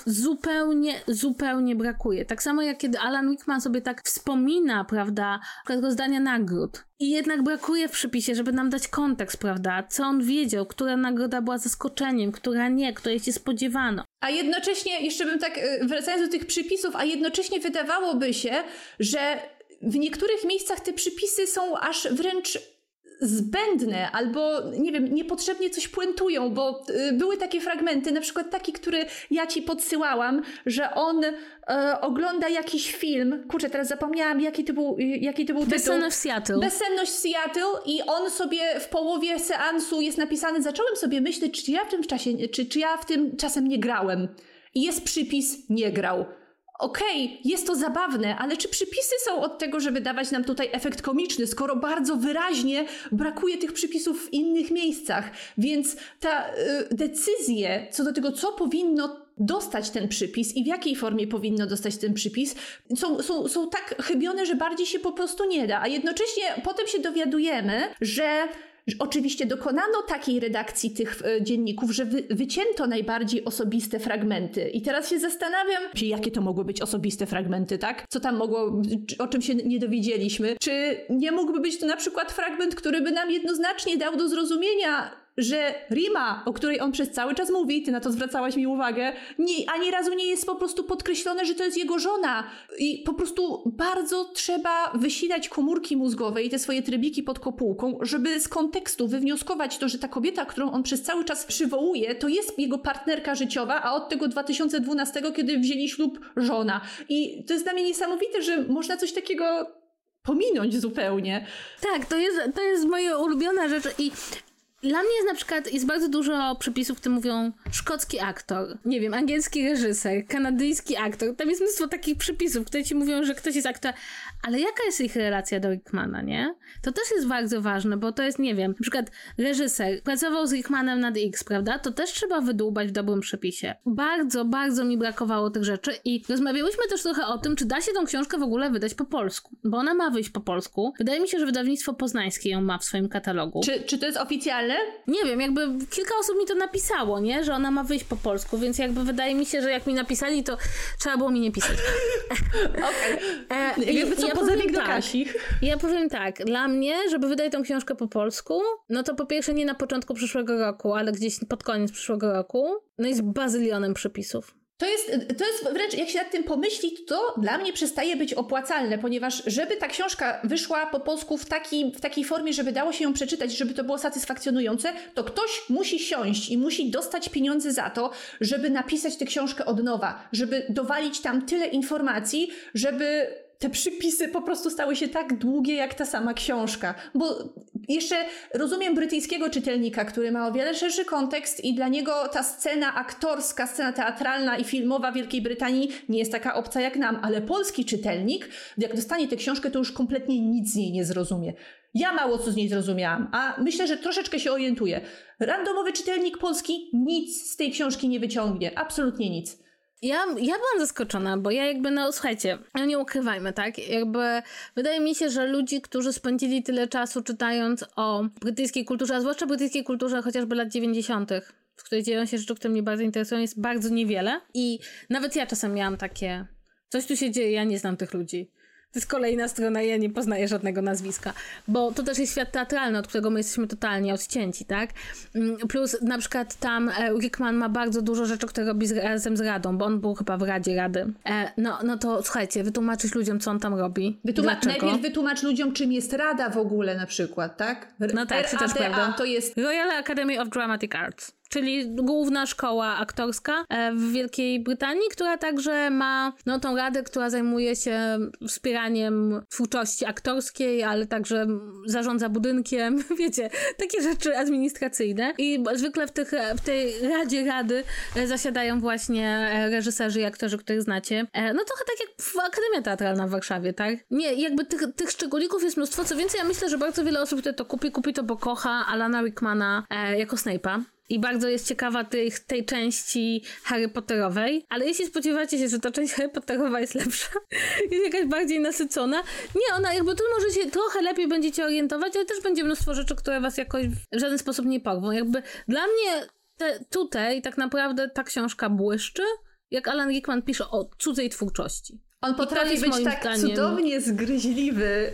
zupełnie brakuje. Tak samo jak kiedy Alan Rickman sobie tak wspomina, prawda, rozdania nagród. I jednak brakuje w przypisie, żeby nam dać kontekst, prawda? Co on wiedział, która nagroda była zaskoczeniem, która nie, której się spodziewano. A jednocześnie, jeszcze bym tak, wracając do tych przypisów, a jednocześnie wydawałoby się, że w niektórych miejscach te przypisy są aż wręcz zbędne, albo nie wiem, niepotrzebnie coś puentują, bo były takie fragmenty, na przykład taki, który ja ci podsyłałam, że on ogląda jakiś film, kurczę, teraz zapomniałam, jaki to był tytuł. Bezsenność w Seattle. Bezsenność w Seattle i on sobie w połowie seansu jest napisany, zacząłem sobie myśleć, czy ja w tym czasem nie grałem. I jest przypis, nie grał. Okej, jest to zabawne, ale czy przypisy są od tego, żeby dawać nam tutaj efekt komiczny, skoro bardzo wyraźnie brakuje tych przypisów w innych miejscach? Więc ta decyzje co do tego, co powinno dostać ten przypis i w jakiej formie powinno dostać ten przypis, są tak chybione, że bardziej się po prostu nie da. A jednocześnie potem się dowiadujemy, że oczywiście dokonano takiej redakcji tych dzienników, że wycięto najbardziej osobiste fragmenty. I teraz się zastanawiam, jakie to mogły być osobiste fragmenty, tak? Co tam mogło, o czym się nie dowiedzieliśmy? Czy nie mógłby być to na przykład fragment, który by nam jednoznacznie dał do zrozumienia, że Rima, o której on przez cały czas mówi, ty na to zwracałaś mi uwagę, ani razu nie jest po prostu podkreślone, że to jest jego żona. I po prostu bardzo trzeba wysilać komórki mózgowe i te swoje trybiki pod kopułką, żeby z kontekstu wywnioskować to, że ta kobieta, którą on przez cały czas przywołuje, to jest jego partnerka życiowa, a od tego 2012, kiedy wzięli ślub, żona. I to jest dla mnie niesamowite, że można coś takiego pominąć zupełnie. Tak, to jest moja ulubiona rzecz i dla mnie jest na przykład, jest bardzo dużo przepisów, które mówią szkocki aktor, nie wiem, angielski reżyser, kanadyjski aktor. Tam jest mnóstwo takich przepisów, które ci mówią, że ktoś jest aktor. Ale jaka jest ich relacja do Rickmana, nie? To też jest bardzo ważne, bo to jest, nie wiem, na przykład reżyser pracował z Rickmanem nad X, prawda? To też trzeba wydłubać w dobrym przepisie. Bardzo, bardzo mi brakowało tych rzeczy i rozmawiałyśmy też trochę o tym, czy da się tą książkę w ogóle wydać po polsku, bo ona ma wyjść po polsku. Wydaje mi się, że wydawnictwo poznańskie ją ma w swoim katalogu. Czy to jest oficjalne? Nie wiem, jakby kilka osób mi to napisało, nie? Że ona ma wyjść po polsku, więc jakby wydaje mi się, że jak mi napisali, to trzeba było mi nie pisać. Okej. Pozabieg do Kasi. Ja powiem tak, dla mnie, żeby wydać tą książkę po polsku, no to po pierwsze nie na początku przyszłego roku, ale gdzieś pod koniec przyszłego roku, no jest bazylionem przepisów. To jest wręcz, jak się nad tym pomyśli, to dla mnie przestaje być opłacalne, ponieważ żeby ta książka wyszła po polsku w takiej formie, żeby dało się ją przeczytać, żeby to było satysfakcjonujące, to ktoś musi siąść i musi dostać pieniądze za to, żeby napisać tę książkę od nowa, żeby dowalić tam tyle informacji, żeby te przypisy po prostu stały się tak długie jak ta sama książka. Bo jeszcze rozumiem brytyjskiego czytelnika, który ma o wiele szerszy kontekst i dla niego ta scena aktorska, scena teatralna i filmowa Wielkiej Brytanii nie jest taka obca jak nam, ale polski czytelnik, jak dostanie tę książkę, to już kompletnie nic z niej nie zrozumie. Ja mało co z niej zrozumiałam, a myślę, że troszeczkę się orientuję. Randomowy czytelnik polski nic z tej książki nie wyciągnie. Absolutnie nic. Ja byłam zaskoczona, bo ja jakby, no słuchajcie, no nie ukrywajmy, tak? Jakby wydaje mi się, że ludzi, którzy spędzili tyle czasu czytając o brytyjskiej kulturze, a zwłaszcza brytyjskiej kulturze chociażby lat 90., w której dzieją się rzeczy, które mnie bardzo interesują, jest bardzo niewiele. I nawet ja czasem miałam takie, coś tu się dzieje, ja nie znam tych ludzi. To jest kolejna strona, ja nie poznaję żadnego nazwiska. Bo to też jest świat teatralny, od którego my jesteśmy totalnie odcięci, tak? Plus na przykład tam Rickman ma bardzo dużo rzeczy, które robi razem z Radą, bo on był chyba w Radzie Rady. No to słuchajcie, wytłumaczyć ludziom, co on tam robi. Najpierw wytłumacz ludziom, czym jest Rada w ogóle na przykład, tak? No tak, to też prawda. To jest Royal Academy of Dramatic Arts. Czyli główna szkoła aktorska w Wielkiej Brytanii, która także ma tą radę, która zajmuje się wspieraniem twórczości aktorskiej, ale także zarządza budynkiem, wiecie, takie rzeczy administracyjne. I zwykle w tej Radzie Rady zasiadają właśnie reżyserzy i aktorzy, których znacie. No trochę tak jak Akademia Teatralna w Warszawie, tak? Nie, jakby tych szczególików jest mnóstwo. Co więcej, ja myślę, że bardzo wiele osób, które to kupi to, bo kocha Alana Rickmana jako Snape'a. I bardzo jest ciekawa tej części Harry Potterowej, ale jeśli spodziewacie się, że ta część Harry Potterowa jest lepsza, jest jakaś bardziej nasycona, nie, ona jakby tu może się trochę lepiej będziecie orientować, ale też będzie mnóstwo rzeczy, które was jakoś w żaden sposób nie porwą. Jakby dla mnie tutaj tak naprawdę ta książka błyszczy, jak Alan Rickman pisze o cudzej twórczości. On potrafi być tak cudownie zgryźliwy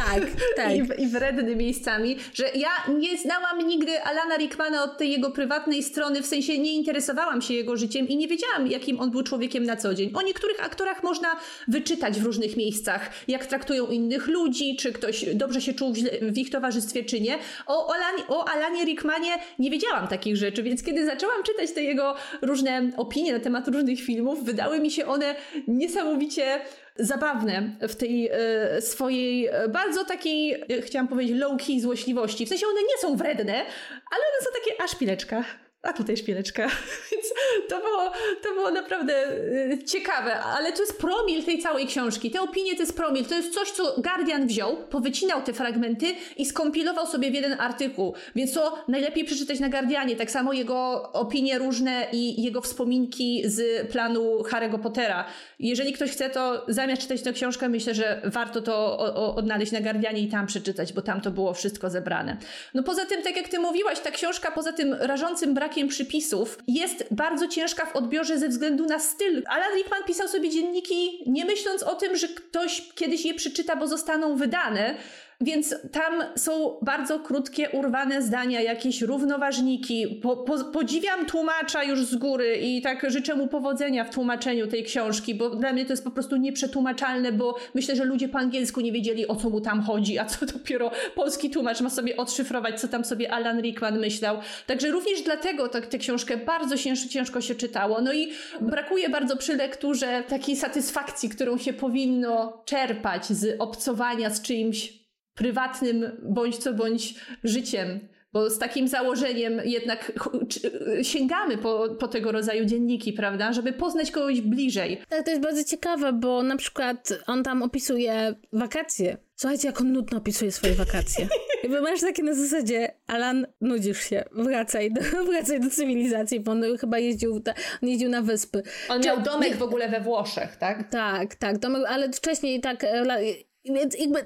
i wredny miejscami, że ja nie znałam nigdy Alana Rickmana od tej jego prywatnej strony, w sensie nie interesowałam się jego życiem i nie wiedziałam, jakim on był człowiekiem na co dzień. O niektórych aktorach można wyczytać w różnych miejscach, jak traktują innych ludzi, czy ktoś dobrze się czuł w ich towarzystwie, czy nie. O Alanie Rickmanie nie wiedziałam takich rzeczy, więc kiedy zaczęłam czytać te jego różne opinie na temat różnych filmów, wydały mi się one niesamowicie zabawne w tej swojej bardzo takiej, chciałam powiedzieć, low-key złośliwości. W sensie one nie są wredne, ale one są takie, a szpileczka. A tutaj szpileczka. Więc to było naprawdę ciekawe. Ale to jest promil tej całej książki. Te opinie to jest promil. To jest coś, co Guardian wziął, powycinał te fragmenty i skompilował sobie w jeden artykuł. Więc to najlepiej przeczytać na Guardianie. Tak samo jego opinie różne i jego wspominki z planu Harry'ego Pottera. Jeżeli ktoś chce, to zamiast czytać tę książkę, myślę, że warto to odnaleźć na Guardianie i tam przeczytać, bo tam to było wszystko zebrane. No poza tym, tak jak ty mówiłaś, ta książka poza tym rażącym brakiem przypisów jest bardzo ciężka w odbiorze ze względu na styl. Alan Rickman pisał sobie dzienniki nie myśląc o tym, że ktoś kiedyś je przeczyta, bo zostaną wydane. Więc tam są bardzo krótkie, urwane zdania, jakieś równoważniki. Podziwiam tłumacza już z góry i tak życzę mu powodzenia w tłumaczeniu tej książki, bo dla mnie to jest po prostu nieprzetłumaczalne, bo myślę, że ludzie po angielsku nie wiedzieli, o co mu tam chodzi, a co dopiero polski tłumacz ma sobie odszyfrować, co tam sobie Alan Rickman myślał. Także również dlatego tę książkę bardzo ciężko się czytało. No i brakuje bardzo przy lekturze takiej satysfakcji, którą się powinno czerpać z obcowania z czyimś prywatnym bądź życiem. Bo z takim założeniem jednak sięgamy po tego rodzaju dzienniki, prawda? Żeby poznać kogoś bliżej. Tak, to jest bardzo ciekawe, bo na przykład on tam opisuje wakacje. Słuchajcie, jak on nudno opisuje swoje wakacje. Jakby masz takie na zasadzie, Alan, nudzisz się, wracaj do cywilizacji, bo on chyba jeździł na wyspy. On miał domek w ogóle we Włoszech, tak? Tak, domek, ale wcześniej tak... Więc jakby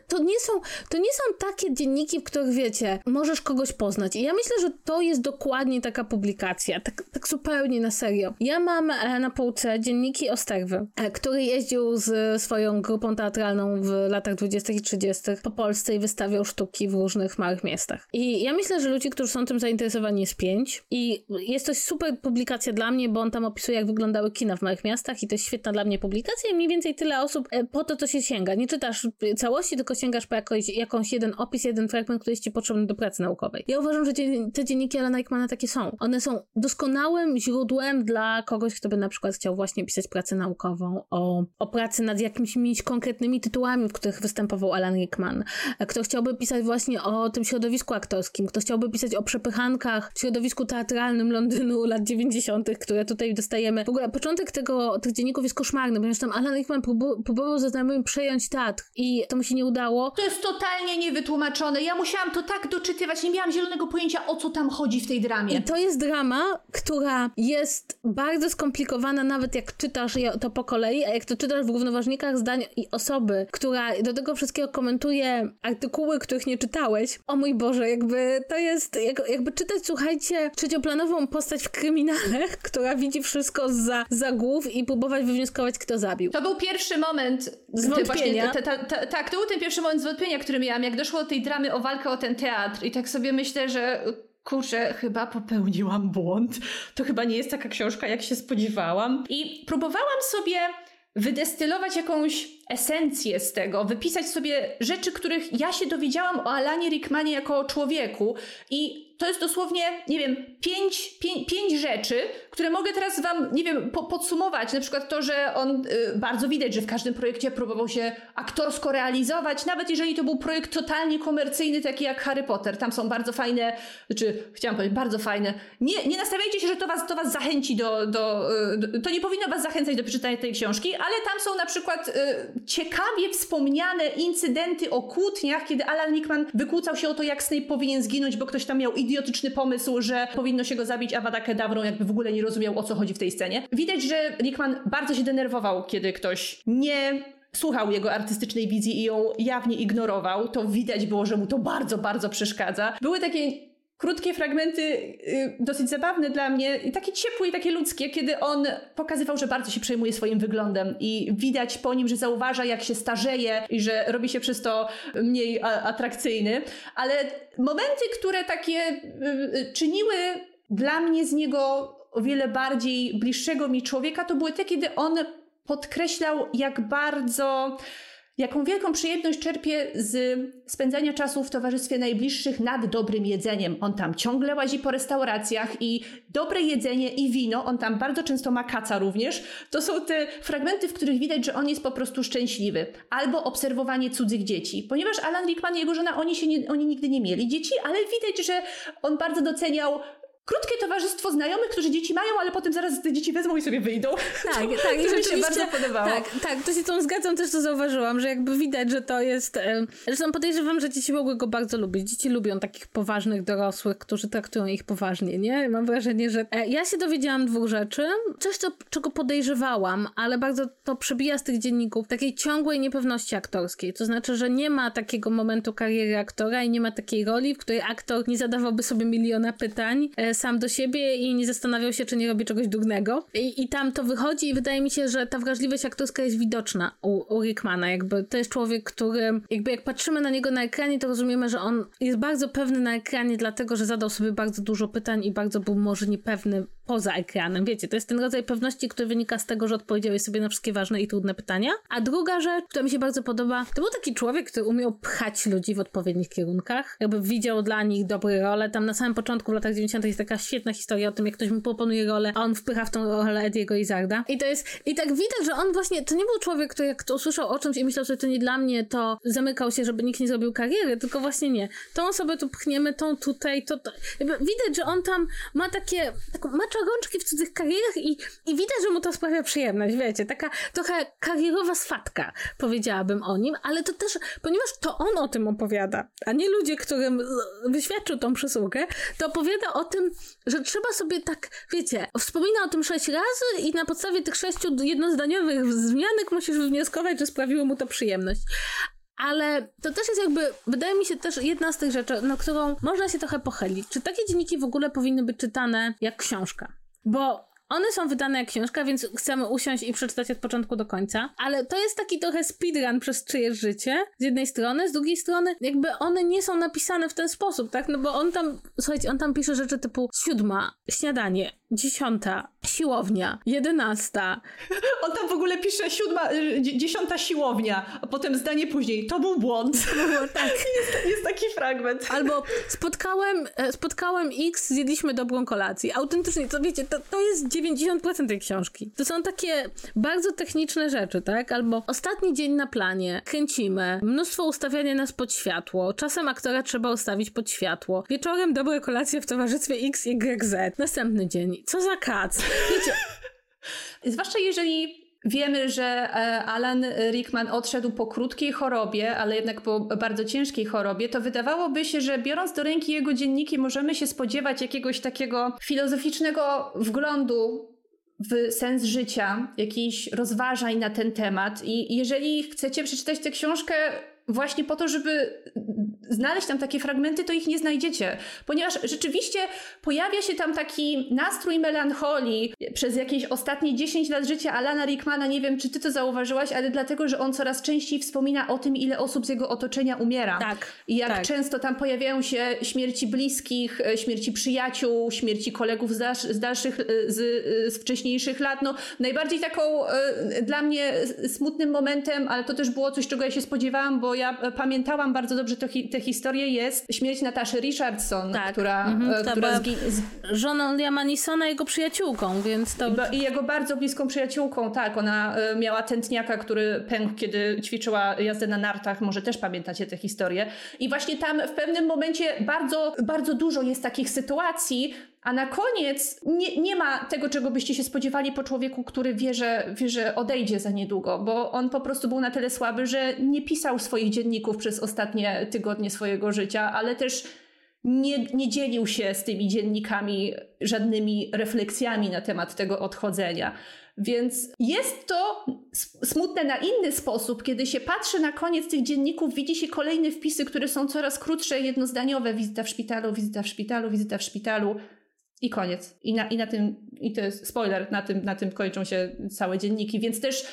to nie są takie dzienniki, w których wiecie, możesz kogoś poznać. I ja myślę, że to jest dokładnie taka publikacja. Tak zupełnie na serio. Ja mam na półce dzienniki Osterwy, który jeździł z swoją grupą teatralną w latach 20. i 30. po Polsce i wystawiał sztuki w różnych małych miastach. I ja myślę, że ludzi, którzy są tym zainteresowani, jest 5. I jest to super publikacja dla mnie, bo on tam opisuje, jak wyglądały kina w małych miastach i to jest świetna dla mnie publikacja i mniej więcej tyle osób po to się sięga. Nie czytasz całości, tylko sięgasz po jakąś jeden opis, jeden fragment, który jest ci potrzebny do pracy naukowej. Ja uważam, że te dzienniki Alana Rickmana takie są. One są doskonałym źródłem dla kogoś, kto by na przykład chciał właśnie pisać pracę naukową o pracy nad jakimiś konkretnymi tytułami, w których występował Alan Rickman. Kto chciałby pisać właśnie o tym środowisku aktorskim, kto chciałby pisać o przepychankach w środowisku teatralnym Londynu lat 90., które tutaj dostajemy. W ogóle początek tych dzienników jest koszmarny, ponieważ tam Alan Rickman próbował ze znajomymi przejąć teatr i to mu się nie udało. To jest totalnie niewytłumaczone. Ja musiałam to tak doczytywać, nie miałam zielonego pojęcia, o co tam chodzi w tej dramie. I to jest drama, która jest bardzo skomplikowana, nawet jak czytasz to po kolei, a jak to czytasz w równoważnikach zdań i osoby, która do tego wszystkiego komentuje artykuły, których nie czytałeś. O mój Boże, jakby to jest, jakby czytać, słuchajcie, trzecioplanową postać w kryminale, która widzi wszystko za głów i próbować wywnioskować, kto zabił. To był pierwszy moment zwątpienia. Tak, to był ten pierwszy moment zwątpienia, który miałam, jak doszło do tej dramy o walkę o ten teatr i tak sobie myślę, że kurczę, chyba popełniłam błąd. To chyba nie jest taka książka, jak się spodziewałam. I próbowałam sobie wydestylować jakąś esencję z tego, wypisać sobie rzeczy, których ja się dowiedziałam o Alanie Rickmanie jako o człowieku i to jest dosłownie, nie wiem, pięć rzeczy, które mogę teraz wam, nie wiem, podsumować. Na przykład to, że on bardzo widać, że w każdym projekcie próbował się aktorsko realizować, nawet jeżeli to był projekt totalnie komercyjny, taki jak Harry Potter. Tam są bardzo fajne, chciałam powiedzieć, bardzo fajne. Nie nastawiajcie się, że to was zachęci to nie powinno was zachęcać do przeczytania tej książki, ale tam są na przykład ciekawie wspomniane incydenty o kłótniach, kiedy Alan Rickman wykłócał się o to, jak Snape powinien zginąć, bo ktoś tam miał idiotyczny pomysł, że powinno się go zabić Avada Kedavrą, jakby w ogóle nie rozumiał, o co chodzi w tej scenie. Widać, że Rickman bardzo się denerwował, kiedy ktoś nie słuchał jego artystycznej wizji i ją jawnie ignorował. To widać było, że mu to bardzo, bardzo przeszkadza. Były takie krótkie fragmenty, dosyć zabawne dla mnie, i takie ciepłe i takie ludzkie, kiedy on pokazywał, że bardzo się przejmuje swoim wyglądem i widać po nim, że zauważa, jak się starzeje i że robi się przez to mniej atrakcyjny. Ale momenty, które takie czyniły dla mnie z niego o wiele bardziej bliższego mi człowieka, to były te, kiedy on podkreślał, jaką wielką przyjemność czerpie z spędzania czasu w towarzystwie najbliższych nad dobrym jedzeniem. On tam ciągle łazi po restauracjach i dobre jedzenie i wino, on tam bardzo często ma kaca również. To są te fragmenty, w których widać, że on jest po prostu szczęśliwy. Albo obserwowanie cudzych dzieci. Ponieważ Alan Rickman i jego żona, oni nigdy nie mieli dzieci, ale widać, że on bardzo doceniał krótkie towarzystwo znajomych, którzy dzieci mają, ale potem zaraz te dzieci wezmą i sobie wyjdą. Tak. I to mi się bardzo podobało. Tak, to się z tą zgadzam, też to zauważyłam, że jakby widać, że to jest... Zresztą podejrzewam, że dzieci mogły go bardzo lubić. Dzieci lubią takich poważnych dorosłych, którzy traktują ich poważnie, nie? Mam wrażenie, że... Ja się dowiedziałam 2 rzeczy. Coś, czego podejrzewałam, ale bardzo to przebija z tych dzienników, takiej ciągłej niepewności aktorskiej. To znaczy, że nie ma takiego momentu kariery aktora i nie ma takiej roli, w której aktor nie zadawałby sobie miliona pytań, sam do siebie i nie zastanawiał się, czy nie robi czegoś durnego. I tam to wychodzi i wydaje mi się, że ta wrażliwość aktorska jest widoczna u Rickmana. Jakby to jest człowiek, który jakby jak patrzymy na niego na ekranie, to rozumiemy, że on jest bardzo pewny na ekranie, dlatego, że zadał sobie bardzo dużo pytań i bardzo był może niepewny poza ekranem. Wiecie, to jest ten rodzaj pewności, który wynika z tego, że odpowiedziałeś sobie na wszystkie ważne i trudne pytania. A druga rzecz, która mi się bardzo podoba, to był taki człowiek, który umiał pchać ludzi w odpowiednich kierunkach. Jakby widział dla nich dobre role. Tam na samym początku, w latach 90. jest taka świetna historia o tym, jak ktoś mu proponuje rolę, a on wpycha w tą rolę Ediego Izzarda. I tak widać, że on właśnie, to nie był człowiek, który jak to usłyszał o czymś i myślał, że to nie dla mnie, to zamykał się, żeby nikt nie zrobił kariery, tylko właśnie nie. Tą osobę tu pchniemy, tą tutaj, to. Jakby widać, że on tam ma macza rączki w cudzych karierach i widać, że mu to sprawia przyjemność, wiecie, taka trochę karierowa swatka, powiedziałabym o nim, ale to też, ponieważ to on o tym opowiada, a nie ludzie, którym wyświadczył tą przysługę, to opowiada o tym, że trzeba sobie tak, wiecie, wspomina o tym 6 razy i na podstawie tych 6 jednozdaniowych wzmianek musisz wnioskować, że sprawiło mu to przyjemność. Ale to też jest jakby, wydaje mi się też jedna z tych rzeczy, na którą można się trochę pochylić. Czy takie dzienniki w ogóle powinny być czytane jak książka? Bo one są wydane jak książka, więc chcemy usiąść i przeczytać od początku do końca, ale to jest taki trochę speedrun przez czyjeś życie, z jednej strony, z drugiej strony jakby one nie są napisane w ten sposób, tak? No bo on tam pisze rzeczy typu 7, śniadanie, 10, siłownia, 11. On tam w ogóle pisze 10 siłownia, a potem zdanie później, to był błąd. Tak. Jest taki fragment. Albo spotkałem X, zjedliśmy dobrą kolację. Autentycznie, to wiecie, to jest 90% tej książki. To są takie bardzo techniczne rzeczy, tak? Albo ostatni dzień na planie, kręcimy, mnóstwo ustawiania nas pod światło, czasem aktora trzeba ustawić pod światło, wieczorem dobre kolacje w towarzystwie X, Y, Z, następny dzień. Co za kac? Wiecie. Zwłaszcza jeżeli wiemy, że Alan Rickman odszedł po krótkiej chorobie, ale jednak po bardzo ciężkiej chorobie, to wydawałoby się, że biorąc do ręki jego dzienniki możemy się spodziewać jakiegoś takiego filozoficznego wglądu w sens życia, jakichś rozważań na ten temat. I jeżeli chcecie przeczytać tę książkę właśnie po to, żeby znaleźć tam takie fragmenty, to ich nie znajdziecie. Ponieważ rzeczywiście pojawia się tam taki nastrój melancholii przez jakieś ostatnie 10 lat życia Alana Rickmana. Nie wiem, czy ty to zauważyłaś, ale dlatego, że on coraz częściej wspomina o tym, ile osób z jego otoczenia umiera. Tak. I jak często tam pojawiają się śmierci bliskich, śmierci przyjaciół, śmierci kolegów z wcześniejszych lat. No, najbardziej taką dla mnie smutnym momentem, ale to też było coś, czego ja się spodziewałam, bo ja pamiętałam bardzo dobrze tę historię, jest śmierć Nataszy Richardson, która żoną Liama Neesona, jego przyjaciółką, więc to... I jego bardzo bliską przyjaciółką, tak. Ona miała tętniaka, który pękł, kiedy ćwiczyła jazdę na nartach. Może też pamiętacie tę historię. I właśnie tam w pewnym momencie bardzo, bardzo dużo jest takich sytuacji, a na koniec nie ma tego, czego byście się spodziewali po człowieku, który wie, że odejdzie za niedługo, bo on po prostu był na tyle słaby, że nie pisał swoich dzienników przez ostatnie tygodnie swojego życia, ale też nie dzielił się z tymi dziennikami żadnymi refleksjami na temat tego odchodzenia. Więc jest to smutne na inny sposób, kiedy się patrzy na koniec tych dzienników, widzi się kolejne wpisy, które są coraz krótsze, jednozdaniowe. Wizyta w szpitalu, wizyta w szpitalu, wizyta w szpitalu. I koniec. I na tym, i to jest spoiler, na tym kończą się całe dzienniki, więc też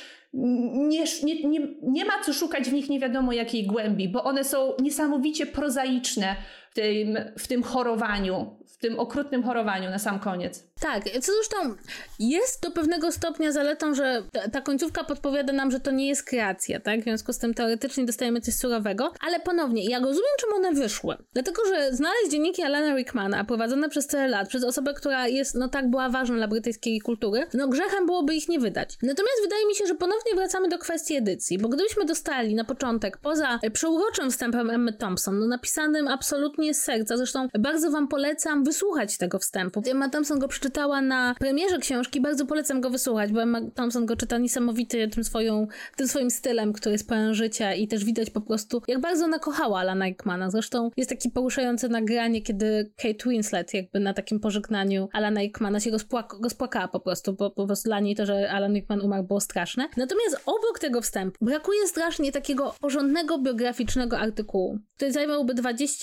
nie ma co szukać w nich nie wiadomo jakiej głębi, bo one są niesamowicie prozaiczne w tym chorowaniu, w tym okrutnym chorowaniu na sam koniec. Tak, co zresztą jest do pewnego stopnia zaletą, że ta końcówka podpowiada nam, że to nie jest kreacja, tak? W związku z tym teoretycznie dostajemy coś surowego, ale ponownie, ja rozumiem, czemu one wyszły. Dlatego, że znaleźć dzienniki Alana Rickmana prowadzone przez tyle lat, przez osobę, która jest, była ważna dla brytyjskiej kultury, grzechem byłoby ich nie wydać. Natomiast wydaje mi się, że ponownie wracamy do kwestii edycji, bo gdybyśmy dostali na początek, poza przeuroczym wstępem Emmy Thompson, napisanym absolutnie z serca, zresztą bardzo wam polecam wysłuchać tego wstępu. Emma Thompson go przeczytała na premierze książki, bardzo polecam go wysłuchać, bo Emma Thompson go czyta niesamowity tym swoim stylem, który jest pełen życia i też widać po prostu, jak bardzo ona kochała Alana Rickmana. Zresztą jest takie poruszające nagranie, kiedy Kate Winslet jakby na takim pożegnaniu Alana Rickmana się rozpłakała po prostu, bo po prostu dla niej to, że Alan Rickman umarł, było straszne. Natomiast obok tego wstępu brakuje strasznie takiego porządnego biograficznego artykułu, który zajmowałby 20-30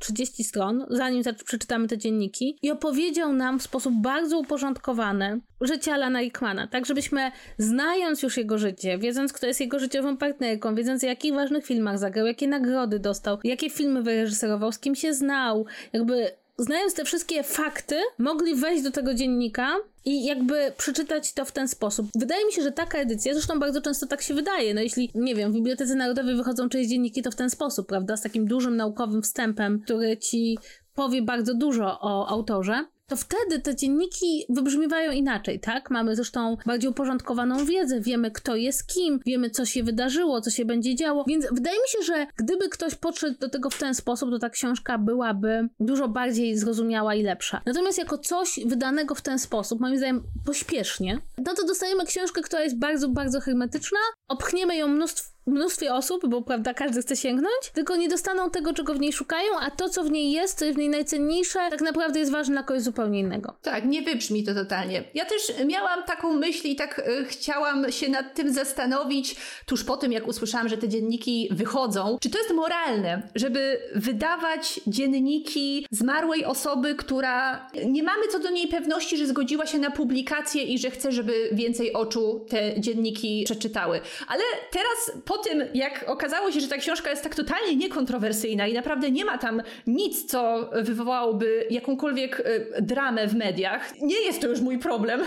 30 stron, zanim przeczytamy te dzienniki i opowiedział nam w sposób bardzo uporządkowany życie Alana Rickmana, tak żebyśmy znając już jego życie, wiedząc kto jest jego życiową partnerką, wiedząc w jakich ważnych filmach zagrał, jakie nagrody dostał, jakie filmy wyreżyserował, z kim się znał, jakby znając te wszystkie fakty, mogli wejść do tego dziennika i jakby przeczytać to w ten sposób. Wydaje mi się, że taka edycja, zresztą bardzo często tak się wydaje, no jeśli, nie wiem, w Bibliotece Narodowej wychodzą czyjeś dzienniki, to w ten sposób, prawda, z takim dużym naukowym wstępem, który ci powie bardzo dużo o autorze, to wtedy te dzienniki wybrzmiewają inaczej, tak? Mamy zresztą bardziej uporządkowaną wiedzę, wiemy kto jest kim, wiemy co się wydarzyło, co się będzie działo, więc wydaje mi się, że gdyby ktoś podszedł do tego w ten sposób, to ta książka byłaby dużo bardziej zrozumiała i lepsza. Natomiast jako coś wydanego w ten sposób, moim zdaniem pośpiesznie, no to dostajemy książkę, która jest bardzo, bardzo hermetyczna, opchniemy ją mnóstwie osób, bo prawda, każdy chce sięgnąć, tylko nie dostaną tego, czego w niej szukają, a to, co w niej jest, co jest w niej najcenniejsze, tak naprawdę jest ważne dla kogoś zupełnie innego. Tak, nie wybrzmi to totalnie. Ja też miałam taką myśl i tak chciałam się nad tym zastanowić tuż po tym, jak usłyszałam, że te dzienniki wychodzą. Czy to jest moralne, żeby wydawać dzienniki zmarłej osoby, która nie mamy co do niej pewności, że zgodziła się na publikację i że chce, żeby więcej oczu te dzienniki przeczytały. Ale teraz po tym, jak okazało się, że ta książka jest tak totalnie niekontrowersyjna i naprawdę nie ma tam nic, co wywołałoby jakąkolwiek dramę w mediach, nie jest to już mój problem,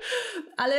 ale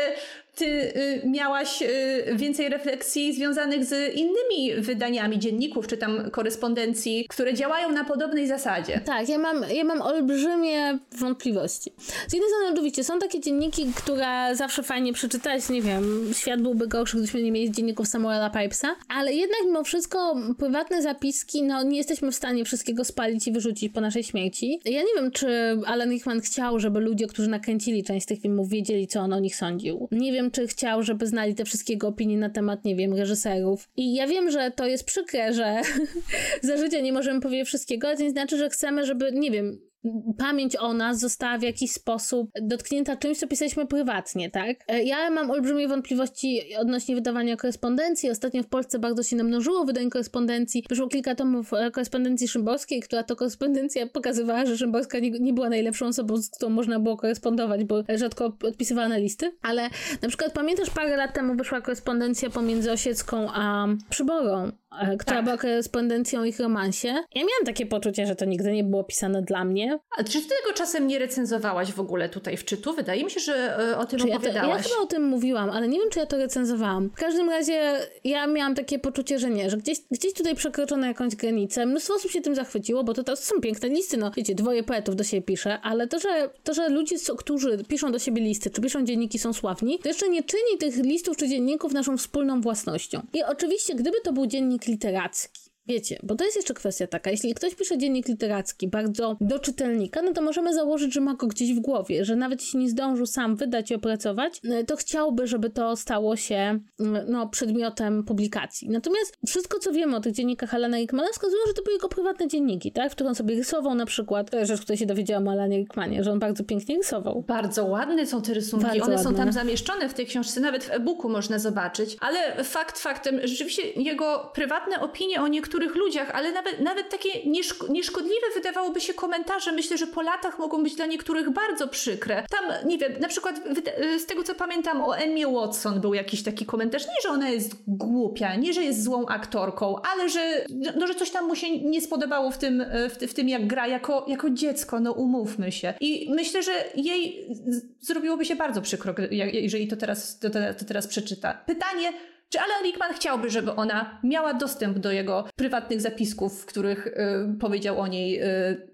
ty miałaś więcej refleksji związanych z innymi wydaniami dzienników, czy tam korespondencji, które działają na podobnej zasadzie. Tak, ja mam olbrzymie wątpliwości. Z jednej strony oczywiście są takie dzienniki, które zawsze fajnie przeczytać, nie wiem, świat byłby gorszy, gdybyśmy nie mieli dzienników Samuela Pepysa, ale jednak mimo wszystko prywatne zapiski, no nie jesteśmy w stanie wszystkiego spalić i wyrzucić po naszej śmierci. Ja nie wiem, czy Alan Rickman chciał, żeby ludzie, którzy nakręcili część z tych filmów, wiedzieli, co on o nich sądził. Nie wiem, czy chciał, żeby znali te wszystkie opinie na temat, nie wiem, reżyserów. I ja wiem, że to jest przykre, że za życia nie możemy powiedzieć wszystkiego, ale to nie znaczy, że chcemy, żeby, nie wiem, pamięć o nas została w jakiś sposób dotknięta czymś, co pisaliśmy prywatnie, tak? Ja mam olbrzymie wątpliwości odnośnie wydawania korespondencji. Ostatnio w Polsce bardzo się namnożyło wydań korespondencji. Wyszło kilka tomów korespondencji Szymborskiej, która to korespondencja pokazywała, że Szymborska nie była najlepszą osobą, z którą można było korespondować, bo rzadko odpisywała na listy. Ale na przykład pamiętasz, parę lat temu wyszła korespondencja pomiędzy Osiecką a Przyborą, która była korespondencją o ich romansie. Ja miałam takie poczucie, że to nigdy nie było pisane dla mnie. A czy ty tego czasem nie recenzowałaś w ogóle tutaj w czytu? Wydaje mi się, że o tym opowiadałaś. Ja chyba o tym mówiłam, ale nie wiem, czy ja to recenzowałam. W każdym razie ja miałam takie poczucie, że nie, że gdzieś tutaj przekroczono jakąś granicę. Mnóstwo osób się tym zachwyciło, bo to są piękne listy, no wiecie, dwoje poetów do siebie pisze, ale to, że ludzie, którzy piszą do siebie listy, czy piszą dzienniki, są sławni, to jeszcze nie czyni tych listów czy dzienników naszą wspólną własnością. I oczywiście, gdyby to był dziennik literacki, wiecie, bo to jest jeszcze kwestia taka, jeśli ktoś pisze dziennik literacki bardzo do czytelnika, no to możemy założyć, że ma go gdzieś w głowie, że nawet jeśli nie zdążył sam wydać i opracować, to chciałby, żeby to stało się przedmiotem publikacji. Natomiast wszystko, co wiemy o tych dziennikach Alana Rickmana, wskazuje, że to były jego prywatne dzienniki, tak? W których on sobie rysował na przykład. To jest rzecz, której się dowiedziałam o Alanie Rickmanie, że on bardzo pięknie rysował. Bardzo ładne są te rysunki. Bardzo one ładne. Są tam zamieszczone w tej książce, nawet w e-booku można zobaczyć. Ale faktem, rzeczywiście jego prywatne opinie o niektórych ludziach, ale nawet takie nieszkodliwe wydawałoby się komentarze, myślę, że po latach mogą być dla niektórych bardzo przykre. Tam, nie wiem, na przykład z tego co pamiętam o Emmie Watson był jakiś taki komentarz, nie, że ona jest głupia, nie, że jest złą aktorką, ale że coś tam mu się nie spodobało w tym jak gra jako dziecko, no umówmy się. I myślę, że jej zrobiłoby się bardzo przykro, jeżeli to teraz przeczyta. Pytanie, czy Alan Rickman chciałby, żeby ona miała dostęp do jego prywatnych zapisków, w których powiedział o niej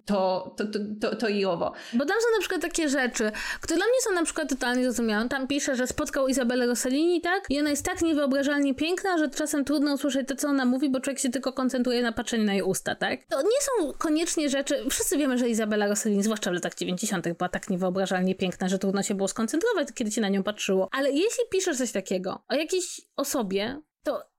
to i owo? Bo tam są na przykład takie rzeczy, które dla mnie są na przykład totalnie zrozumiałe. Tam pisze, że spotkał Izabelę Rossellini, tak? I ona jest tak niewyobrażalnie piękna, że czasem trudno usłyszeć to, co ona mówi, bo człowiek się tylko koncentruje na patrzeniu na jej usta, tak? To nie są koniecznie rzeczy... Wszyscy wiemy, że Izabela Rossellini, zwłaszcza w latach 90. była tak niewyobrażalnie piękna, że trudno się było skoncentrować, kiedy się na nią patrzyło. Ale jeśli piszesz coś takiego o jakiejś osobie, to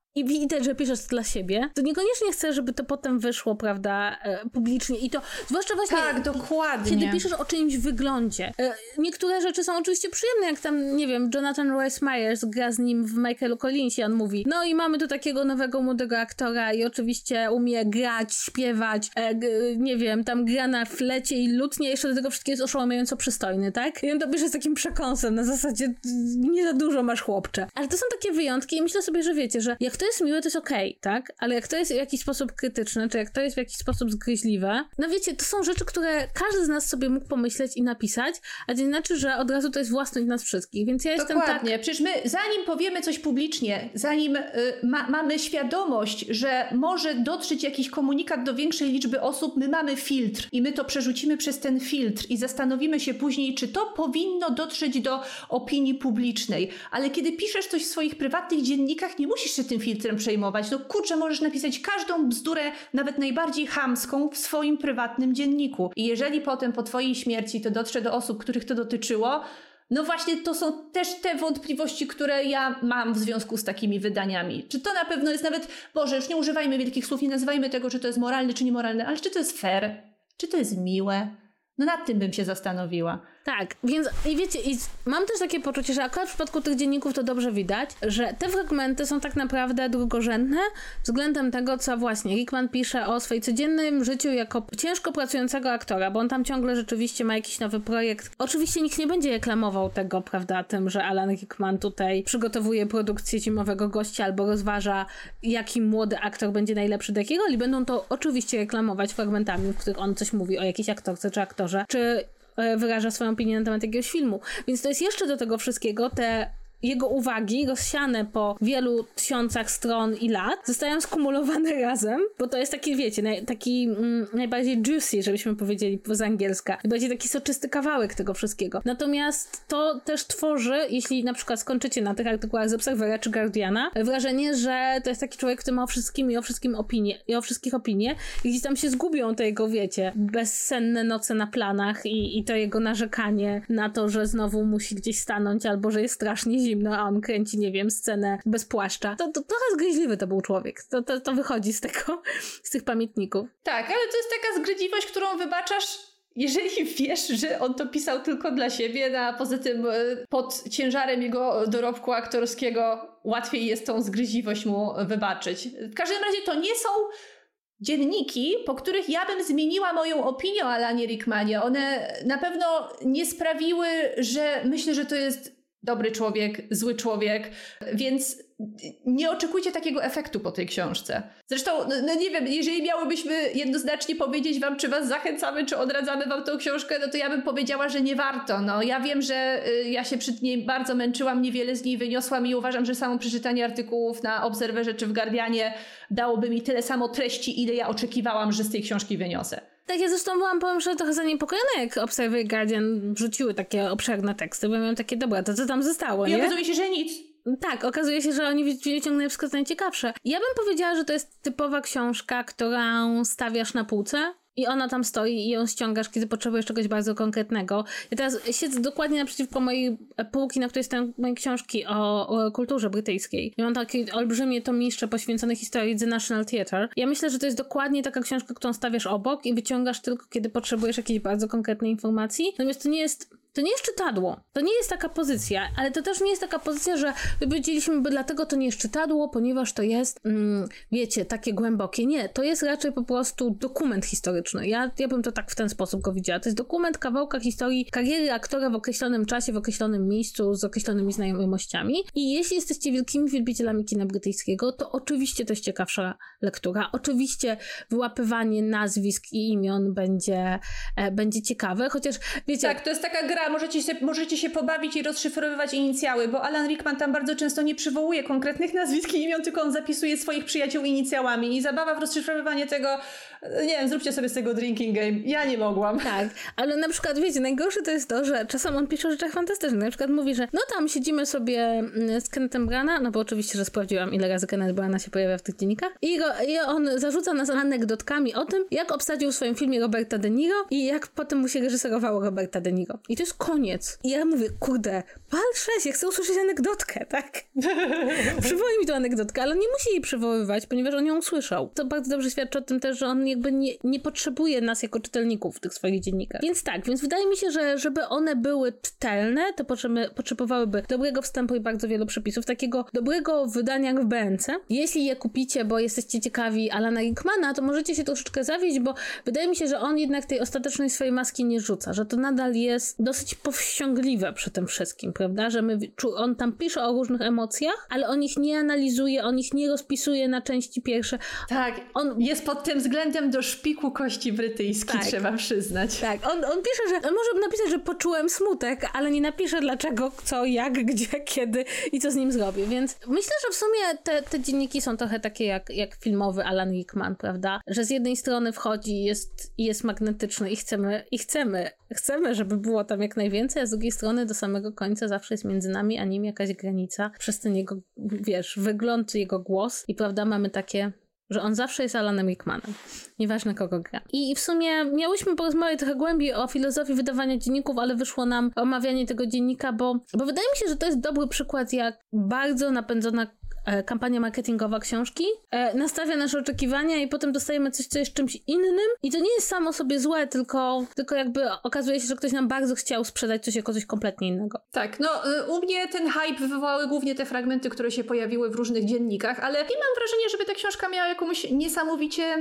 i widać, że piszesz to dla siebie, to niekoniecznie chcesz, żeby to potem wyszło, prawda, publicznie i to, zwłaszcza właśnie... Tak, dokładnie. Kiedy piszesz o czyimś wyglądzie. Niektóre rzeczy są oczywiście przyjemne, jak tam, nie wiem, Jonathan Rhys Meyers gra z nim w Michaelu Collinsie, on mówi, no i mamy tu takiego nowego, młodego aktora i oczywiście umie grać, śpiewać, nie wiem, tam gra na flecie i lutnie, jeszcze do tego wszystkiego jest oszałamiająco przystojny, tak? I on to pisze z takim przekąsem, na zasadzie nie za dużo masz, chłopcze. Ale to są takie wyjątki i myślę sobie, że wiecie, że jak to jest miłe, to jest okej, tak? Ale jak to jest w jakiś sposób krytyczne, czy jak to jest w jakiś sposób zgryźliwe, no wiecie, to są rzeczy, które każdy z nas sobie mógł pomyśleć i napisać, a to nie znaczy, że od razu to jest własność nas wszystkich, więc ja jestem Dokładnie. tak... Przecież my, zanim powiemy coś publicznie, zanim mamy świadomość, że może dotrzeć jakiś komunikat do większej liczby osób, my mamy filtr i my to przerzucimy przez ten filtr i zastanowimy się później, czy to powinno dotrzeć do opinii publicznej. Ale kiedy piszesz coś w swoich prywatnych dziennikach, nie musisz się tym filtrem przejmować. No kurczę, możesz napisać każdą bzdurę, nawet najbardziej chamską, w swoim prywatnym dzienniku. I jeżeli potem po twojej śmierci to dotrze do osób, których to dotyczyło, no właśnie to są też te wątpliwości, które ja mam w związku z takimi wydaniami. Czy to na pewno jest nawet, Boże, już nie używajmy wielkich słów, nie nazywajmy tego, czy to jest moralne, czy niemoralne, ale czy to jest fair? Czy to jest miłe? No nad tym bym się zastanowiła. Tak, więc i wiecie, i mam też takie poczucie, że akurat w przypadku tych dzienników to dobrze widać, że te fragmenty są tak naprawdę drugorzędne względem tego, co właśnie Rickman pisze o swoim codziennym życiu jako ciężko pracującego aktora, bo on tam ciągle rzeczywiście ma jakiś nowy projekt. Oczywiście nikt nie będzie reklamował tego, prawda, tym, że Alan Rickman tutaj przygotowuje produkcję Zimowego Gościa albo rozważa, jaki młody aktor będzie najlepszy do jakiej roli. Będą to oczywiście reklamować fragmentami, w których on coś mówi o jakiejś aktorce czy aktorze, czy wyraża swoją opinię na temat jakiegoś filmu. Więc to jest jeszcze do tego wszystkiego te jego uwagi rozsiane po wielu tysiącach stron i lat zostają skumulowane razem, bo to jest taki, wiecie, taki najbardziej juicy, żebyśmy powiedzieli z angielska. Najbardziej taki soczysty kawałek tego wszystkiego. Natomiast to też tworzy, jeśli na przykład skończycie na tych artykułach z Obserwera czy Guardiana, wrażenie, że to jest taki człowiek, który ma o wszystkim opinię i o wszystkich opinie i gdzieś tam się zgubią te jego, wiecie, bezsenne noce na planach i to jego narzekanie na to, że znowu musi gdzieś stanąć albo że jest strasznie zimno, a on kręci, nie wiem, scenę bez płaszcza. To trochę zgryźliwy to był człowiek. To wychodzi z tego, z tych pamiętników. Tak, ale to jest taka zgryźliwość, którą wybaczasz, jeżeli wiesz, że on to pisał tylko dla siebie, a poza tym pod ciężarem jego dorobku aktorskiego łatwiej jest tą zgryźliwość mu wybaczyć. W każdym razie to nie są dzienniki, po których ja bym zmieniła moją opinię o Alanie Rickmanie. One na pewno nie sprawiły, że myślę, że to jest dobry człowiek, zły człowiek, więc nie oczekujcie takiego efektu po tej książce. Zresztą, no nie wiem, jeżeli miałybyśmy jednoznacznie powiedzieć wam, czy was zachęcamy, czy odradzamy wam tą książkę, no to ja bym powiedziała, że nie warto. No, ja wiem, że ja się przy niej bardzo męczyłam, niewiele z niej wyniosłam i uważam, że samo przeczytanie artykułów na Obserwerze czy w Guardianie dałoby mi tyle samo treści, ile ja oczekiwałam, że z tej książki wyniosę. Tak, ja zresztą byłam, powiem szczerze, trochę zaniepokojona, jak Observer i Guardian wrzuciły takie obszerne teksty, bo miałam takie, dobra, to co tam zostało, nie? I okazuje się, że nic. Tak, okazuje się, że oni wyciągnęli wszystko najciekawsze. Ja bym powiedziała, że to jest typowa książka, którą stawiasz na półce i ona tam stoi i ją ściągasz, kiedy potrzebujesz czegoś bardzo konkretnego. Ja teraz siedzę dokładnie naprzeciwko mojej półki, na której stoją moje książki o kulturze brytyjskiej. Ja mam takie olbrzymie tomiszcze poświęcone historii The National Theatre. Ja myślę, że to jest dokładnie taka książka, którą stawiasz obok i wyciągasz tylko, kiedy potrzebujesz jakiejś bardzo konkretnej informacji. Natomiast to nie jest czytadło. To nie jest taka pozycja, ale to też nie jest taka pozycja, że powiedzieliśmy, by dlatego to nie jest czytadło, ponieważ to jest, wiecie, takie głębokie. Nie, to jest raczej po prostu dokument historyczny. Ja bym to tak w ten sposób go widziała. To jest dokument kawałka historii kariery aktora w określonym czasie, w określonym miejscu, z określonymi znajomościami. I jeśli jesteście wielkimi wielbicielami kina brytyjskiego, to oczywiście to jest ciekawsza lektura. Oczywiście wyłapywanie nazwisk i imion będzie ciekawe, chociaż wiecie... Tak, to jest taka gra, możecie się pobawić i rozszyfrowywać inicjały, bo Alan Rickman tam bardzo często nie przywołuje konkretnych nazwisk i imion, tylko on zapisuje swoich przyjaciół inicjałami i zabawa w rozszyfrowywanie tego nie wiem, zróbcie sobie z tego drinking game. Ja nie mogłam. Tak, ale na przykład, wiecie, najgorsze to jest to, że czasem on pisze o rzeczach fantastycznych. Na przykład mówi, że no tam siedzimy sobie z Kennethem Branagh, no bo oczywiście, że sprawdziłam, ile razy Kenneth Branagh się pojawia w tych dziennikach. I on zarzuca nas anegdotkami o tym, jak obsadził w swoim filmie Roberta De Niro i jak potem mu się reżyserowało Roberta De Niro. I to jest koniec. I ja mówię, kurde, pal 6, ja chcę usłyszeć anegdotkę, tak? Przywołuj mi tę anegdotkę, ale nie musi jej przywoływać, ponieważ on ją usłyszał. To bardzo dobrze świadczy o tym też, że on jakby nie potrzebuje nas jako czytelników w tych swoich dziennikach. Więc wydaje mi się, że żeby one były czytelne, to potrzebowałyby dobrego wstępu i bardzo wielu przepisów, takiego dobrego wydania jak w BNC. Jeśli je kupicie, bo jesteście ciekawi Alana Rickmana, to możecie się troszeczkę zawieść, bo wydaje mi się, że on jednak tej ostatecznej swojej maski nie rzuca, że to nadal jest dosyć powściągliwe przy tym wszystkim, prawda? Że on tam pisze o różnych emocjach, ale on ich nie analizuje, on ich nie rozpisuje na części pierwsze. Tak, on jest pod tym względem do szpiku kości brytyjskiej, tak, trzeba przyznać. Tak, on pisze, że on może napisać, że poczułem smutek, ale nie napisze dlaczego, co, jak, gdzie, kiedy i co z nim zrobię, więc myślę, że w sumie te dzienniki są trochę takie jak filmowy Alan Rickman, prawda? Że z jednej strony wchodzi jest magnetyczny i chcemy, żeby było tam jak najwięcej, a z drugiej strony do samego końca zawsze jest między nami a nim jakaś granica przez ten jego, wygląd, jego głos i prawda, mamy takie, że on zawsze jest Alanem Rickmanem. Nieważne kogo gra. I w sumie miałyśmy porozmawiać trochę głębiej o filozofii wydawania dzienników, ale wyszło nam omawianie tego dziennika, bo wydaje mi się, że to jest dobry przykład, jak bardzo napędzona kampania marketingowa książki nastawia nasze oczekiwania i potem dostajemy coś, co jest czymś innym i to nie jest samo sobie złe, tylko jakby okazuje się, że ktoś nam bardzo chciał sprzedać coś jako coś kompletnie innego. Tak, no u mnie ten hype wywołały głównie te fragmenty, które się pojawiły w różnych dziennikach, ale nie mam wrażenia, żeby ta książka miała jakąś niesamowicie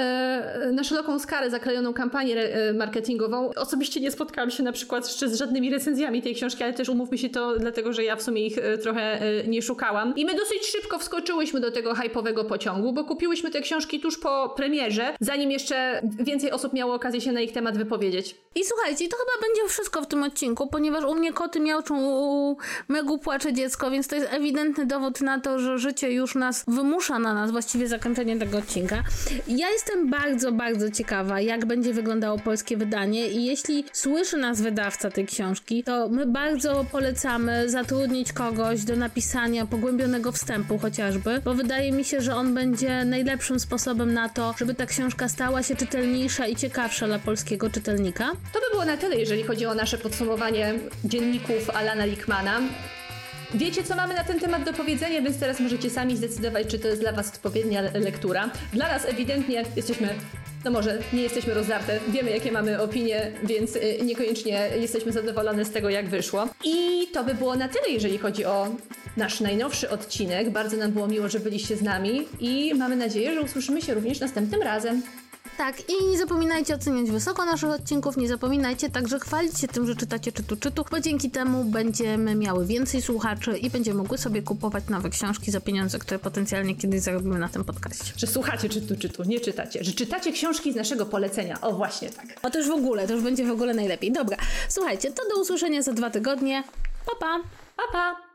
na szeroką skalę zaklejoną kampanię marketingową. Osobiście nie spotkałam się na przykład jeszcze z żadnymi recenzjami tej książki, ale też umówmy się to dlatego, że ja w sumie ich trochę nie szukałam. I my dosyć szybko wskoczyłyśmy do tego hype'owego pociągu, bo kupiłyśmy te książki tuż po premierze, zanim jeszcze więcej osób miało okazję się na ich temat wypowiedzieć. I słuchajcie, to chyba będzie wszystko w tym odcinku, ponieważ u mnie koty miauczą, u Megu płacze dziecko, więc to jest ewidentny dowód na to, że życie już nas wymusza na nas właściwie zakończenie tego odcinka. Ja jestem bardzo, bardzo ciekawa, jak będzie wyglądało polskie wydanie i jeśli słyszy nas wydawca tej książki, to my bardzo polecamy zatrudnić kogoś do napisania pogłębionego wstępu chociażby, bo wydaje mi się, że on będzie najlepszym sposobem na to, żeby ta książka stała się czytelniejsza i ciekawsza dla polskiego czytelnika. To by było na tyle, jeżeli chodzi o nasze podsumowanie dzienników Alana Rickmana. Wiecie, co mamy na ten temat do powiedzenia, więc teraz możecie sami zdecydować, czy to jest dla was odpowiednia lektura. Dla nas ewidentnie jesteśmy, no może nie jesteśmy rozdarte, wiemy jakie mamy opinie, więc niekoniecznie jesteśmy zadowolone z tego, jak wyszło. I to by było na tyle, jeżeli chodzi o nasz najnowszy odcinek. Bardzo nam było miło, że byliście z nami i mamy nadzieję, że usłyszymy się również następnym razem. Tak, i nie zapominajcie oceniać wysoko naszych odcinków, nie zapominajcie także chwalić się tym, że czytacie czytu, bo dzięki temu będziemy miały więcej słuchaczy i będziemy mogły sobie kupować nowe książki za pieniądze, które potencjalnie kiedyś zarobimy na tym podcaście. Że słuchacie czytu, nie czytacie, że czytacie książki z naszego polecenia. O, właśnie tak. O, to już będzie w ogóle najlepiej. Dobra, słuchajcie, to do usłyszenia za 2 tygodnie. Pa, pa! Pa, pa!